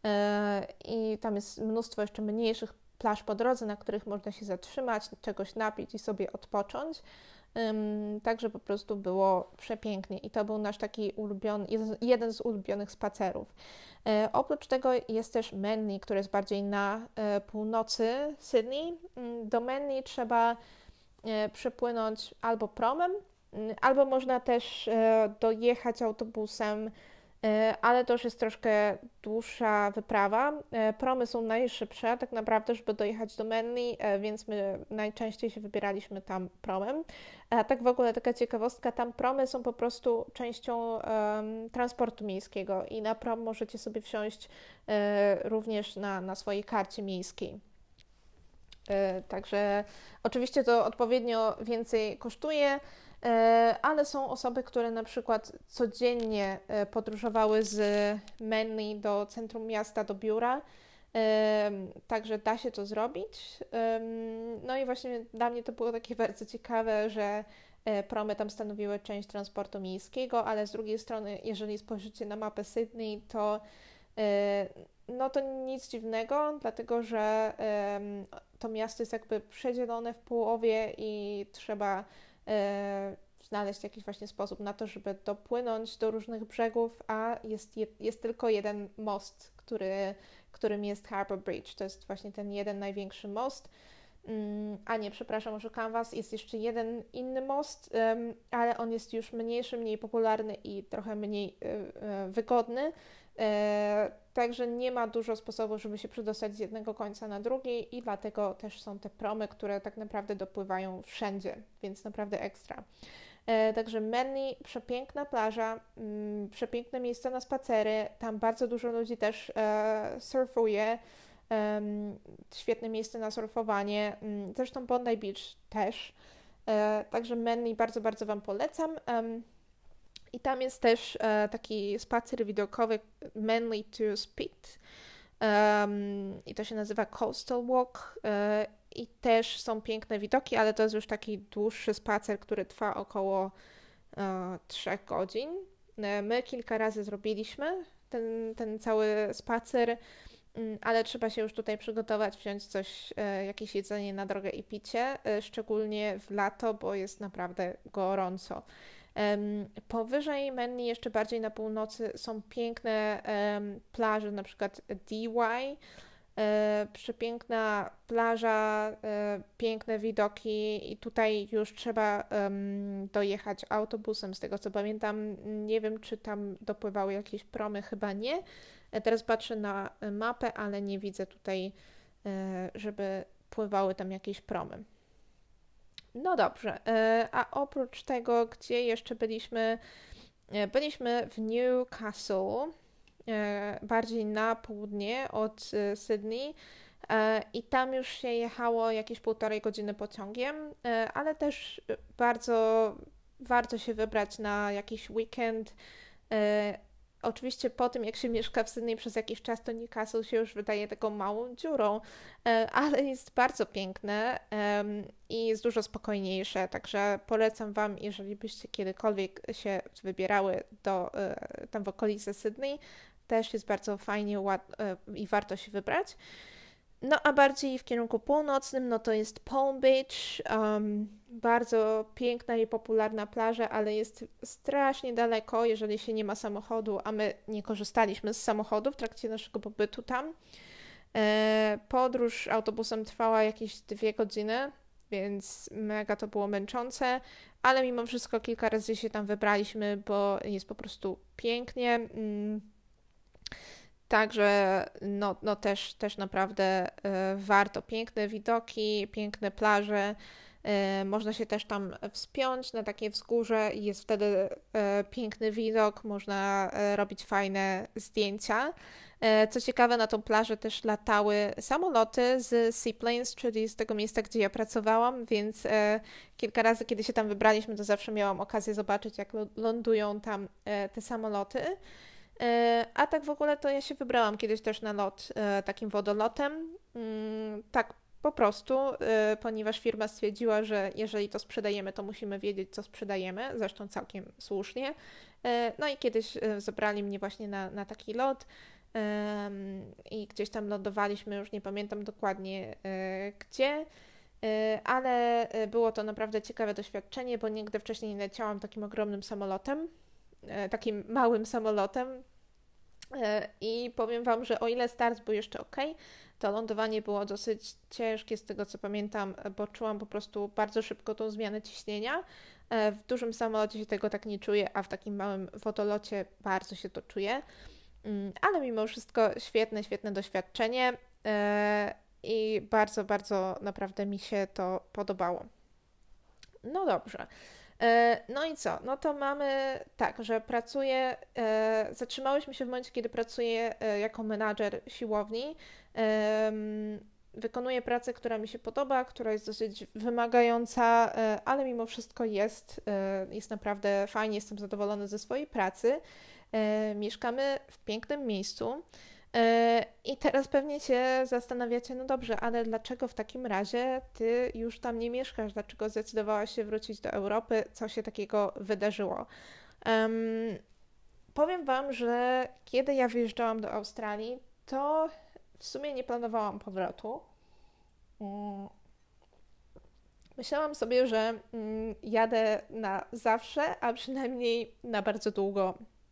S1: i tam jest mnóstwo jeszcze mniejszych plaż po drodze, na których można się zatrzymać, czegoś napić i sobie odpocząć. Także po prostu było przepięknie i to był nasz taki ulubiony, jeden z ulubionych spacerów. Oprócz tego jest też Manly, który jest bardziej na północy Sydney. Do Manly trzeba przepłynąć albo promem, albo można też dojechać autobusem, ale to już jest troszkę dłuższa wyprawa. Promy są najszybsze tak naprawdę, żeby dojechać do Manly, więc my najczęściej się wybieraliśmy tam promem. A tak w ogóle taka ciekawostka, tam promy są po prostu częścią transportu miejskiego i na prom możecie sobie wsiąść również na swojej karcie miejskiej. Także oczywiście to odpowiednio więcej kosztuje, ale są osoby, które na przykład codziennie podróżowały z Manly do centrum miasta, do biura, także da się to zrobić. No i właśnie dla mnie to było takie bardzo ciekawe, że promy tam stanowiły część transportu miejskiego, ale z drugiej strony, jeżeli spojrzycie na mapę Sydney, to no to nic dziwnego, dlatego że to miasto jest jakby przedzielone w połowie i trzeba znaleźć jakiś właśnie sposób na to, żeby dopłynąć do różnych brzegów, a jest tylko jeden most, którym jest Harbour Bridge. To jest właśnie ten jeden największy most. A nie, przepraszam, oszukałam Was, jest jeszcze jeden inny most, ale on jest już mniejszy, mniej popularny i trochę mniej wygodny. Także nie ma dużo sposobów, żeby się przedostać z jednego końca na drugi i dlatego też są te promy, które tak naprawdę dopływają wszędzie, więc naprawdę ekstra. Także Manly, przepiękna plaża, przepiękne miejsce na spacery, tam bardzo dużo ludzi też surfuje, świetne miejsce na surfowanie, zresztą Bondi Beach też, także Manly bardzo, bardzo Wam polecam. I tam jest też taki spacer widokowy Manly to Spit i to się nazywa Coastal Walk i też są piękne widoki, ale to jest już taki dłuższy spacer, który trwa około 3 godzin. My kilka razy zrobiliśmy ten cały spacer, ale trzeba się już tutaj przygotować, wziąć coś, jakieś jedzenie na drogę i picie, szczególnie w lato, bo jest naprawdę gorąco. Powyżej Manly, jeszcze bardziej na północy, są piękne plaże, na przykład DY, przepiękna plaża, piękne widoki i tutaj już trzeba dojechać autobusem, z tego co pamiętam. Nie wiem, czy tam dopływały jakieś promy, chyba nie. Teraz patrzę na mapę, ale nie widzę tutaj, żeby pływały tam jakieś promy. No dobrze, a oprócz tego, gdzie jeszcze byliśmy? Byliśmy w Newcastle, bardziej na południe od Sydney i tam już się jechało jakieś 1,5 godziny pociągiem, ale też bardzo warto się wybrać na jakiś weekend. Oczywiście po tym, jak się mieszka w Sydney przez jakiś czas, to Newcastle się już wydaje taką małą dziurą, ale jest bardzo piękne i jest dużo spokojniejsze, także polecam Wam, jeżeli byście kiedykolwiek się wybierały tam w okolicy Sydney, też jest bardzo fajnie i warto się wybrać. No a bardziej w kierunku północnym, no to jest Palm Beach, bardzo piękna i popularna plaża, ale jest strasznie daleko, jeżeli się nie ma samochodu, a my nie korzystaliśmy z samochodu w trakcie naszego pobytu tam. Podróż autobusem trwała jakieś 2 godziny, więc mega to było męczące, ale mimo wszystko kilka razy się tam wybraliśmy, bo jest po prostu pięknie. Także no też naprawdę warto. Piękne widoki, piękne plaże. Można się też tam wspiąć na takie wzgórze i jest wtedy piękny widok, można robić fajne zdjęcia. Co ciekawe, na tą plażę też latały samoloty z Seaplanes, czyli z tego miejsca, gdzie ja pracowałam, więc kilka razy, kiedy się tam wybraliśmy, to zawsze miałam okazję zobaczyć, jak lądują tam te samoloty. A tak w ogóle to ja się wybrałam kiedyś też na lot takim wodolotem. Tak po prostu, ponieważ firma stwierdziła, że jeżeli to sprzedajemy, to musimy wiedzieć, co sprzedajemy, zresztą całkiem słusznie. No i kiedyś zabrali mnie właśnie na taki lot i gdzieś tam lądowaliśmy, już nie pamiętam dokładnie gdzie, ale było to naprawdę ciekawe doświadczenie, bo nigdy wcześniej nie leciałam takim ogromnym samolotem, takim małym samolotem. I powiem Wam, że o ile start był jeszcze ok, to lądowanie było dosyć ciężkie z tego co pamiętam, bo czułam po prostu bardzo szybko tą zmianę ciśnienia. W dużym samolocie się tego tak nie czuję, a w takim małym wodolocie bardzo się to czuje. Ale mimo wszystko świetne doświadczenie i bardzo naprawdę mi się to podobało. No dobrze. No i co? No to mamy tak, że pracuję, zatrzymałyśmy się w momencie, kiedy pracuję jako menadżer siłowni. Wykonuję pracę, która mi się podoba, która jest dosyć wymagająca, ale mimo wszystko jest naprawdę fajnie, jestem zadowolona ze swojej pracy. Mieszkamy w pięknym miejscu. I teraz pewnie się zastanawiacie, no dobrze, ale dlaczego w takim razie ty już tam nie mieszkasz? Dlaczego zdecydowałaś się wrócić do Europy? Co się takiego wydarzyło? Powiem Wam, że kiedy ja wyjeżdżałam do Australii, to w sumie nie planowałam powrotu. Myślałam sobie, że jadę na zawsze, a przynajmniej na bardzo długo.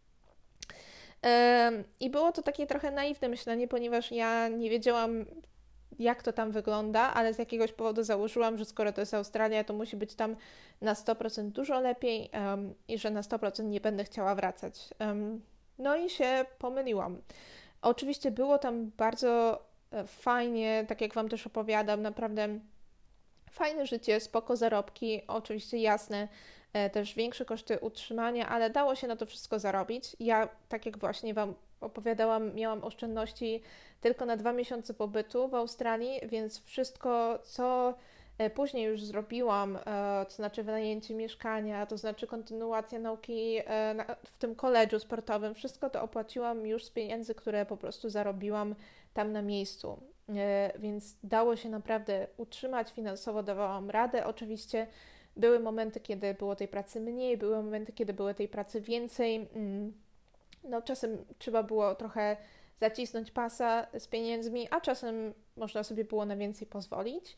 S1: I było to takie trochę naiwne myślenie, ponieważ ja nie wiedziałam, jak to tam wygląda, ale z jakiegoś powodu założyłam, że skoro to jest Australia, to musi być tam na 100% dużo lepiej i że na 100% nie będę chciała wracać. No i się pomyliłam. Oczywiście było tam bardzo fajnie, tak jak Wam też opowiadam, naprawdę fajne życie, spoko zarobki, oczywiście jasne, też większe koszty utrzymania, ale dało się na to wszystko zarobić. Ja, tak jak właśnie Wam opowiadałam, miałam oszczędności tylko na 2 miesiące pobytu w Australii, więc wszystko, co później już zrobiłam, to znaczy wynajęcie mieszkania, to znaczy kontynuacja nauki w tym koledżu sportowym, wszystko to opłaciłam już z pieniędzy, które po prostu zarobiłam tam na miejscu. Więc dało się naprawdę utrzymać, finansowo dawałam radę. Oczywiście były momenty, kiedy było tej pracy mniej, były momenty, kiedy było tej pracy więcej. No czasem trzeba było trochę zacisnąć pasa z pieniędzmi, a czasem można sobie było na więcej pozwolić.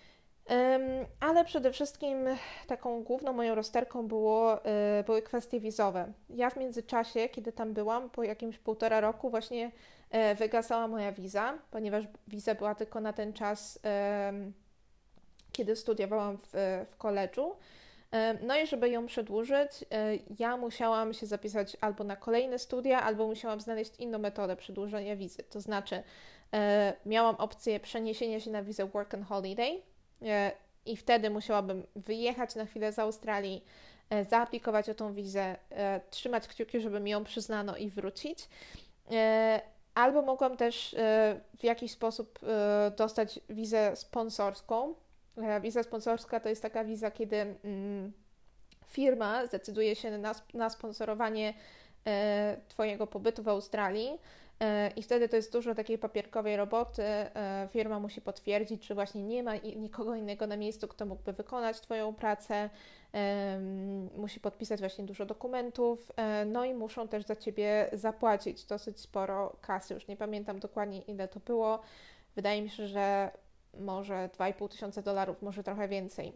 S1: Ale przede wszystkim taką główną moją rozterką były kwestie wizowe. Ja w międzyczasie, kiedy tam byłam, po jakimś 1,5 roku właśnie wygasała moja wiza, ponieważ wiza była tylko na ten czas, kiedy studiowałam w koledżu. No i żeby ją przedłużyć, ja musiałam się zapisać albo na kolejne studia, albo musiałam znaleźć inną metodę przedłużenia wizy. To znaczy miałam opcję przeniesienia się na wizę Work and Holiday i wtedy musiałabym wyjechać na chwilę z Australii, zaaplikować o tą wizę, trzymać kciuki, żeby mi ją przyznano i wrócić. Albo mogłam też w jakiś sposób dostać wizę sponsorską. Wiza sponsorska to jest taka wiza, kiedy firma zdecyduje się na sponsorowanie Twojego pobytu w Australii i wtedy to jest dużo takiej papierkowej roboty. Firma musi potwierdzić, że właśnie nie ma nikogo innego na miejscu, kto mógłby wykonać Twoją pracę. Musi podpisać właśnie dużo dokumentów, no i muszą też za Ciebie zapłacić dosyć sporo kasy. Już nie pamiętam dokładnie, ile to było. Wydaje mi się, że może $2,500, może trochę więcej.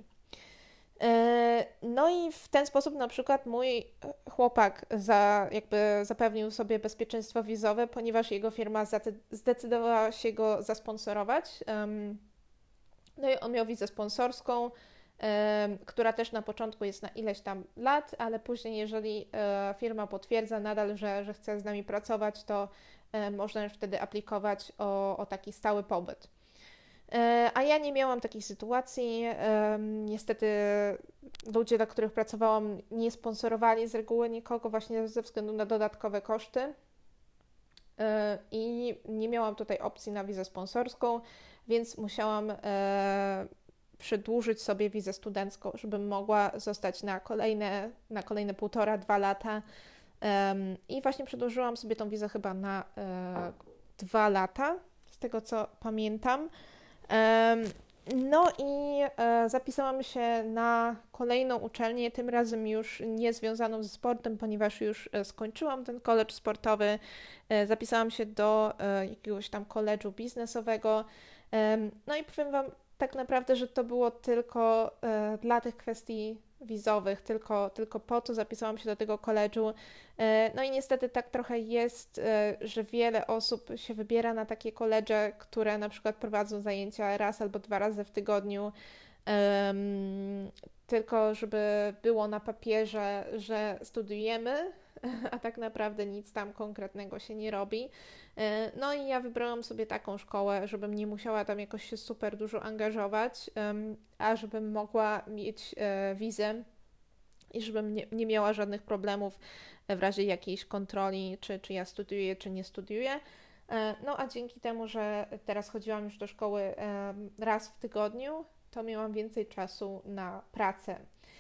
S1: No i w ten sposób na przykład mój chłopak jakby zapewnił sobie bezpieczeństwo wizowe, ponieważ jego firma zdecydowała się go zasponsorować. No i on miał wizę sponsorską, która też na początku jest na ileś tam lat, ale później jeżeli firma potwierdza nadal, że chce z nami pracować, to można już wtedy aplikować o taki stały pobyt. A ja nie miałam takiej sytuacji. Niestety ludzie, dla których pracowałam, nie sponsorowali z reguły nikogo właśnie ze względu na dodatkowe koszty. I nie miałam tutaj opcji na wizę sponsorską, więc musiałam przedłużyć sobie wizę studencką, żebym mogła zostać na kolejne 1,5–2 lata. I właśnie przedłużyłam sobie tą wizę chyba na 2 lata, z tego co pamiętam. No i zapisałam się na kolejną uczelnię, tym razem już nie związaną ze sportem, ponieważ już skończyłam ten college sportowy. Zapisałam się do jakiegoś tam college'u biznesowego. No i powiem Wam tak naprawdę, że to było tylko dla tych kwestii wizowych, tylko po to zapisałam się do tego college'u. No i niestety tak trochę jest, że wiele osób się wybiera na takie college'e, które na przykład prowadzą zajęcia raz albo 2 razy w tygodniu, tylko żeby było na papierze, że studiujemy, a tak naprawdę nic tam konkretnego się nie robi. No i ja wybrałam sobie taką szkołę, żebym nie musiała tam jakoś się super dużo angażować, a żebym mogła mieć wizę i żebym nie miała żadnych problemów w razie jakiejś kontroli, czy ja studiuję, czy nie studiuję. No a dzięki temu, że teraz chodziłam już do szkoły raz w tygodniu, to miałam więcej czasu na pracę.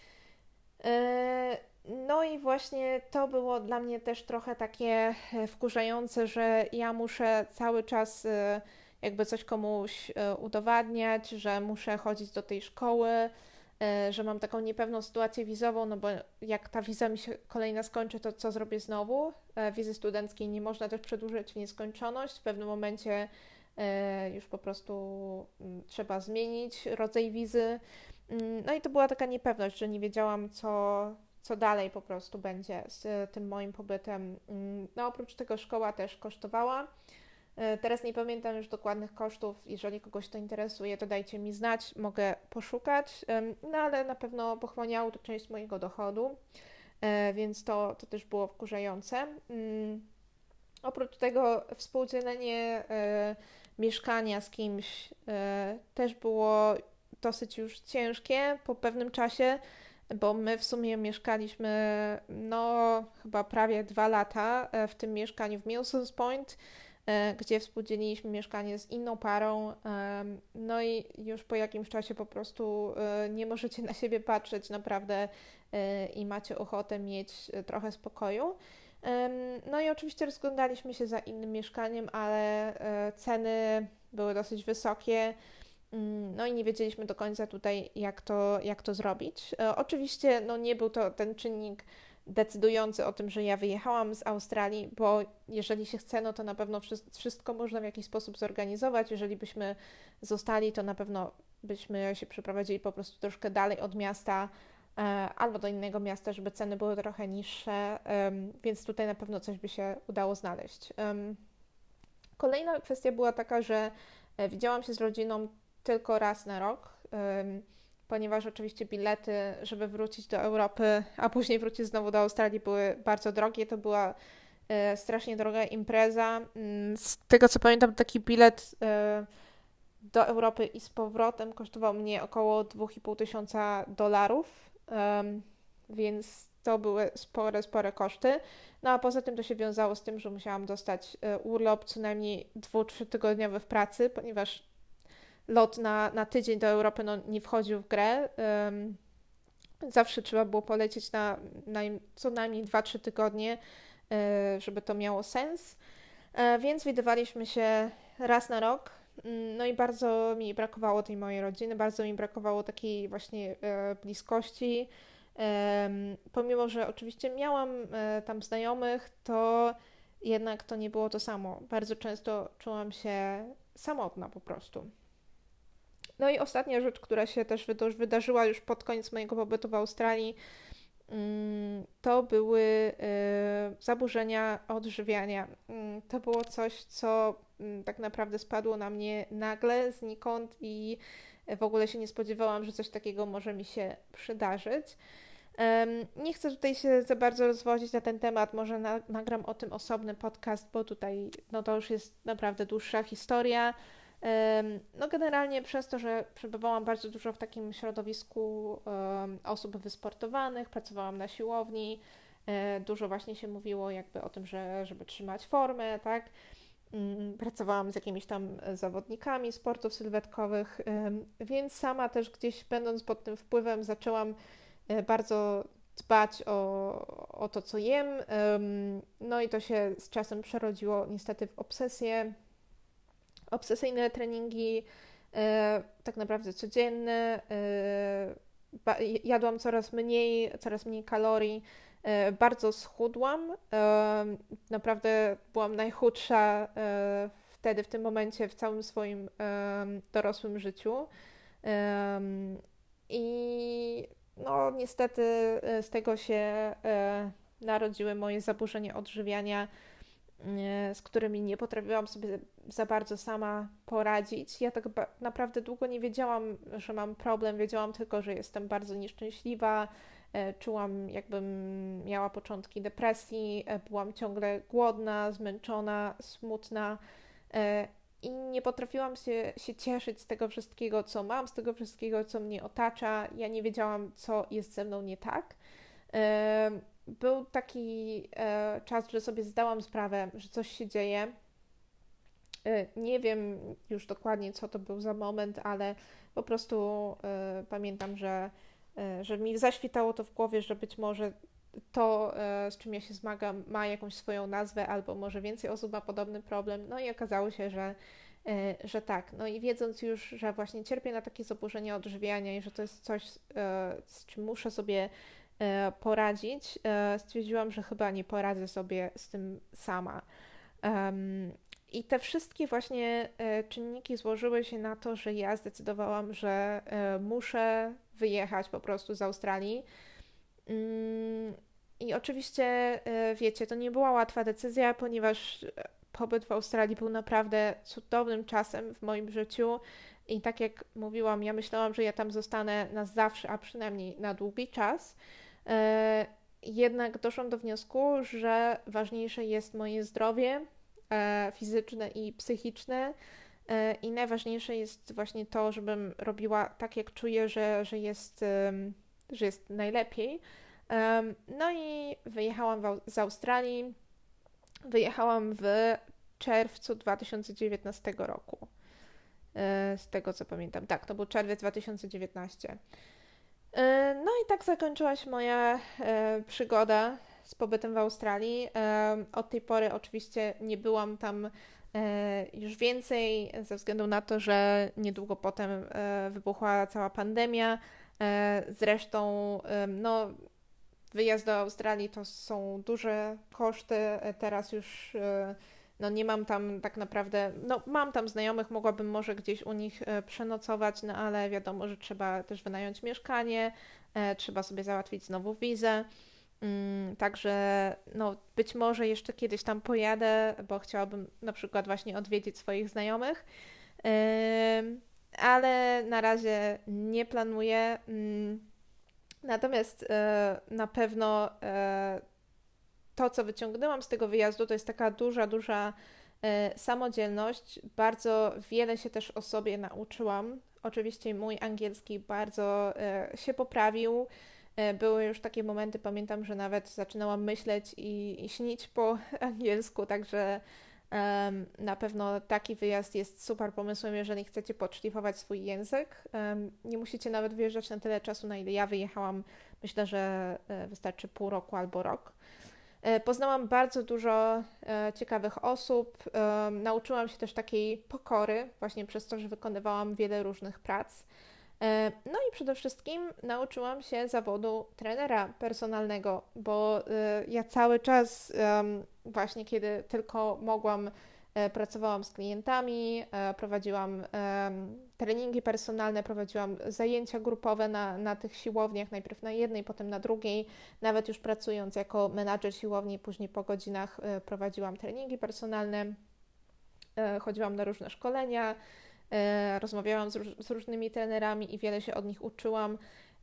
S1: No i właśnie to było dla mnie też trochę takie wkurzające, że ja muszę cały czas jakby coś komuś udowadniać, że muszę chodzić do tej szkoły, że mam taką niepewną sytuację wizową, no bo jak ta wiza mi się kolejna skończy, to co zrobię znowu? Wizy studenckiej nie można też przedłużyć w nieskończoność. W pewnym momencie już po prostu trzeba zmienić rodzaj wizy. No i to była taka niepewność, że nie wiedziałam, co dalej po prostu będzie z tym moim pobytem. No oprócz tego szkoła też kosztowała. Teraz nie pamiętam już dokładnych kosztów. Jeżeli kogoś to interesuje, to dajcie mi znać, mogę poszukać. No ale na pewno pochłaniało to część mojego dochodu, więc to też było wkurzające. Oprócz tego współdzielenie mieszkania z kimś też było dosyć już ciężkie po pewnym czasie, bo my w sumie mieszkaliśmy no chyba prawie 2 lata w tym mieszkaniu w Milsons Point, gdzie współdzieliliśmy mieszkanie z inną parą, no i już po jakimś czasie po prostu nie możecie na siebie patrzeć naprawdę i macie ochotę mieć trochę spokoju. No i oczywiście rozglądaliśmy się za innym mieszkaniem, ale ceny były dosyć wysokie, no i nie wiedzieliśmy do końca tutaj, jak to zrobić. Oczywiście no nie był to ten czynnik decydujący o tym, że ja wyjechałam z Australii, bo jeżeli się chce, no to na pewno wszystko można w jakiś sposób zorganizować. Jeżeli byśmy zostali, to na pewno byśmy się przeprowadzili po prostu troszkę dalej od miasta albo do innego miasta, żeby ceny były trochę niższe, więc tutaj na pewno coś by się udało znaleźć. Kolejna kwestia była taka, że widziałam się z rodziną tylko raz na rok, ponieważ oczywiście bilety, żeby wrócić do Europy, a później wrócić znowu do Australii, były bardzo drogie. To była strasznie droga impreza. Z tego co pamiętam, taki bilet do Europy i z powrotem kosztował mnie około $2500, więc to były spore koszty. No a poza tym to się wiązało z tym, że musiałam dostać urlop co najmniej 2-3 tygodniowy w pracy, ponieważ lot na tydzień do Europy no, nie wchodził w grę. Zawsze trzeba było polecieć na co najmniej 2-3 tygodnie, żeby to miało sens. Więc widywaliśmy się raz na rok. No i bardzo mi brakowało tej mojej rodziny, bardzo mi brakowało takiej właśnie bliskości. Pomimo, że oczywiście miałam tam znajomych, to jednak to nie było to samo. Bardzo często czułam się samotna po prostu. No i ostatnia rzecz, która się też wydarzyła już pod koniec mojego pobytu w Australii, to były zaburzenia odżywiania. To było coś, co tak naprawdę spadło na mnie nagle, znikąd i w ogóle się nie spodziewałam, że coś takiego może mi się przydarzyć. Nie chcę tutaj się za bardzo rozwodzić na ten temat, może nagram o tym osobny podcast, bo tutaj no to już jest naprawdę dłuższa historia. No generalnie przez to, że przebywałam bardzo dużo w takim środowisku osób wysportowanych, pracowałam na siłowni, dużo właśnie się mówiło jakby o tym, żeby trzymać formę, tak? Pracowałam z jakimiś tam zawodnikami sportów sylwetkowych, więc sama też gdzieś będąc pod tym wpływem zaczęłam bardzo dbać o to, co jem. No i to się z czasem przerodziło niestety w obsesyjne treningi, tak naprawdę codzienne. Jadłam coraz mniej kalorii. Bardzo schudłam. Naprawdę byłam najchudsza wtedy, w tym momencie, w całym swoim dorosłym życiu. I no niestety z tego się narodziły moje zaburzenia odżywiania, z którymi nie potrafiłam sobie za bardzo sama poradzić. Ja tak naprawdę długo nie wiedziałam, że mam problem, wiedziałam tylko, że jestem bardzo nieszczęśliwa, czułam jakbym miała początki depresji, byłam ciągle głodna, zmęczona, smutna i nie potrafiłam się cieszyć z tego wszystkiego, co mam, z tego wszystkiego, co mnie otacza. Ja nie wiedziałam, co jest ze mną nie tak. Był taki czas, że sobie zdałam sprawę, że coś się dzieje. Nie wiem już dokładnie, co to był za moment, ale po prostu pamiętam, że mi zaświtało to w głowie, że być może to, z czym ja się zmagam, ma jakąś swoją nazwę, albo może więcej osób ma podobny problem. No i okazało się, że tak. No i wiedząc już, że właśnie cierpię na takie zaburzenia odżywiania i że to jest coś, z czym muszę sobie poradzić, stwierdziłam, że chyba nie poradzę sobie z tym sama. I te wszystkie właśnie czynniki złożyły się na to, że ja zdecydowałam, że muszę wyjechać po prostu z Australii. I oczywiście, wiecie, to nie była łatwa decyzja, ponieważ pobyt w Australii był naprawdę cudownym czasem w moim życiu. I tak jak mówiłam, ja myślałam, że ja tam zostanę na zawsze, a przynajmniej na długi czas. Jednak doszłam do wniosku, że ważniejsze jest moje zdrowie fizyczne i psychiczne i najważniejsze jest właśnie to, żebym robiła tak, jak czuję, że jest najlepiej. No i wyjechałam z Australii. Wyjechałam w czerwcu 2019 roku. Z tego, co pamiętam. Tak, to był czerwiec 2019. No i tak zakończyła się moja przygoda z pobytem w Australii. Od tej pory oczywiście nie byłam tam już więcej, ze względu na to, że niedługo potem wybuchła cała pandemia. Zresztą no, wyjazd do Australii to są duże koszty. Teraz już no nie mam tam tak naprawdę, no mam tam znajomych, mogłabym może gdzieś u nich przenocować, no ale wiadomo, że trzeba też wynająć mieszkanie, trzeba sobie załatwić znowu wizę. Także no być może jeszcze kiedyś tam pojadę, bo chciałabym na przykład właśnie odwiedzić swoich znajomych, ale na razie nie planuję. Natomiast na pewno to, co wyciągnęłam z tego wyjazdu, to jest taka duża samodzielność. Bardzo wiele się też o sobie nauczyłam. Oczywiście mój angielski bardzo się poprawił. Były już takie momenty, pamiętam, że nawet zaczynałam myśleć i śnić po angielsku, także na pewno taki wyjazd jest super pomysłem, jeżeli chcecie podszlifować swój język. Nie musicie nawet wyjeżdżać na tyle czasu, na ile ja wyjechałam. Myślę, że wystarczy pół roku albo rok. Poznałam bardzo dużo ciekawych osób. Nauczyłam się też takiej pokory, właśnie przez to, że wykonywałam wiele różnych prac. No i przede wszystkim nauczyłam się zawodu trenera personalnego, bo ja cały czas właśnie kiedy tylko mogłam, pracowałam z klientami, prowadziłam treningi personalne, prowadziłam zajęcia grupowe na tych siłowniach, najpierw na jednej, potem na drugiej, nawet już pracując jako menadżer siłowni, później po godzinach prowadziłam treningi personalne, chodziłam na różne szkolenia, rozmawiałam z różnymi trenerami i wiele się od nich uczyłam.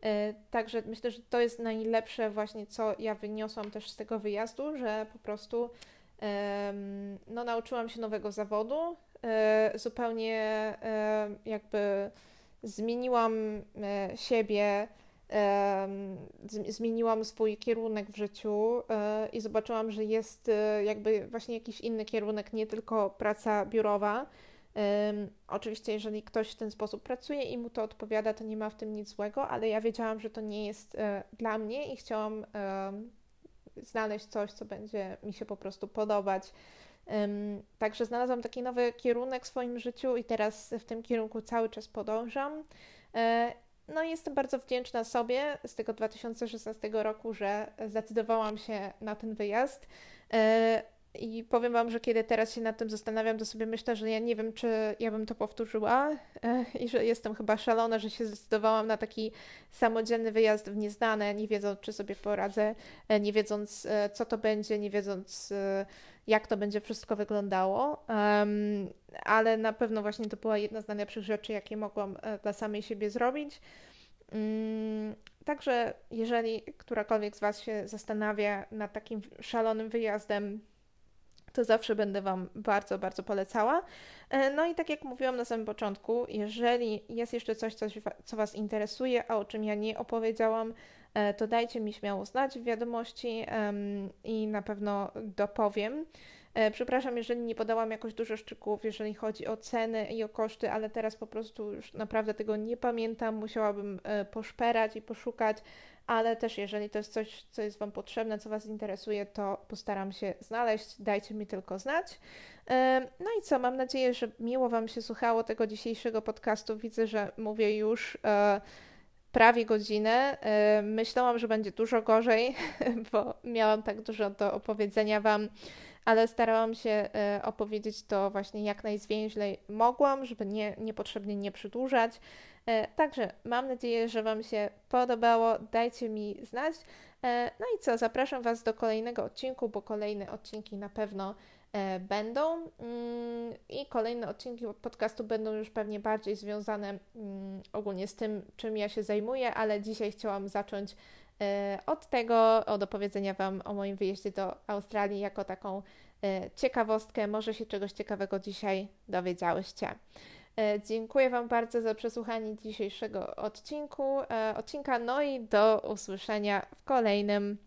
S1: Także myślę, że to jest najlepsze właśnie, co ja wyniosłam też z tego wyjazdu, że po prostu no, nauczyłam się nowego zawodu, zupełnie jakby zmieniłam siebie, zmieniłam swój kierunek w życiu i zobaczyłam, że jest jakby właśnie jakiś inny kierunek, nie tylko praca biurowa. Oczywiście, jeżeli ktoś w ten sposób pracuje i mu to odpowiada, to nie ma w tym nic złego, ale ja wiedziałam, że to nie jest dla mnie i chciałam znaleźć coś, co będzie mi się po prostu podobać. Także znalazłam taki nowy kierunek w swoim życiu i teraz w tym kierunku cały czas podążam. No i jestem bardzo wdzięczna sobie z tego 2016 roku, że zdecydowałam się na ten wyjazd. I powiem Wam, że kiedy teraz się nad tym zastanawiam, to sobie myślę, że ja nie wiem, czy ja bym to powtórzyła i że jestem chyba szalona, że się zdecydowałam na taki samodzielny wyjazd w nieznane, nie wiedząc, czy sobie poradzę, nie wiedząc, co to będzie, nie wiedząc, jak to będzie wszystko wyglądało, ale na pewno właśnie to była jedna z najlepszych rzeczy, jakie mogłam dla samej siebie zrobić. Także jeżeli którakolwiek z Was się zastanawia nad takim szalonym wyjazdem, to zawsze będę Wam bardzo, bardzo polecała. No i tak jak mówiłam na samym początku, jeżeli jest jeszcze coś, co Was interesuje, a o czym ja nie opowiedziałam, to dajcie mi śmiało znać w wiadomości i na pewno dopowiem. Przepraszam, jeżeli nie podałam jakoś dużo szczegółów, jeżeli chodzi o ceny i o koszty, ale teraz po prostu już naprawdę tego nie pamiętam, musiałabym poszperać i poszukać, ale też jeżeli to jest coś, co jest Wam potrzebne, co Was interesuje, to postaram się znaleźć, dajcie mi tylko znać. No i co, mam nadzieję, że miło Wam się słuchało tego dzisiejszego podcastu. Widzę, że mówię już prawie godzinę. Myślałam, że będzie dużo gorzej, bo miałam tak dużo do opowiedzenia Wam, ale starałam się opowiedzieć to właśnie jak najzwięźlej mogłam, żeby niepotrzebnie nie przedłużać. Także mam nadzieję, że Wam się podobało. Dajcie mi znać. No i co, zapraszam Was do kolejnego odcinku, bo kolejne odcinki na pewno będą i kolejne odcinki podcastu będą już pewnie bardziej związane ogólnie z tym, czym ja się zajmuję, ale dzisiaj chciałam zacząć od opowiedzenia Wam o moim wyjeździe do Australii jako taką ciekawostkę. Może się czegoś ciekawego dzisiaj dowiedziałyście. Dziękuję Wam bardzo za przesłuchanie dzisiejszego odcinka, no i do usłyszenia w kolejnym.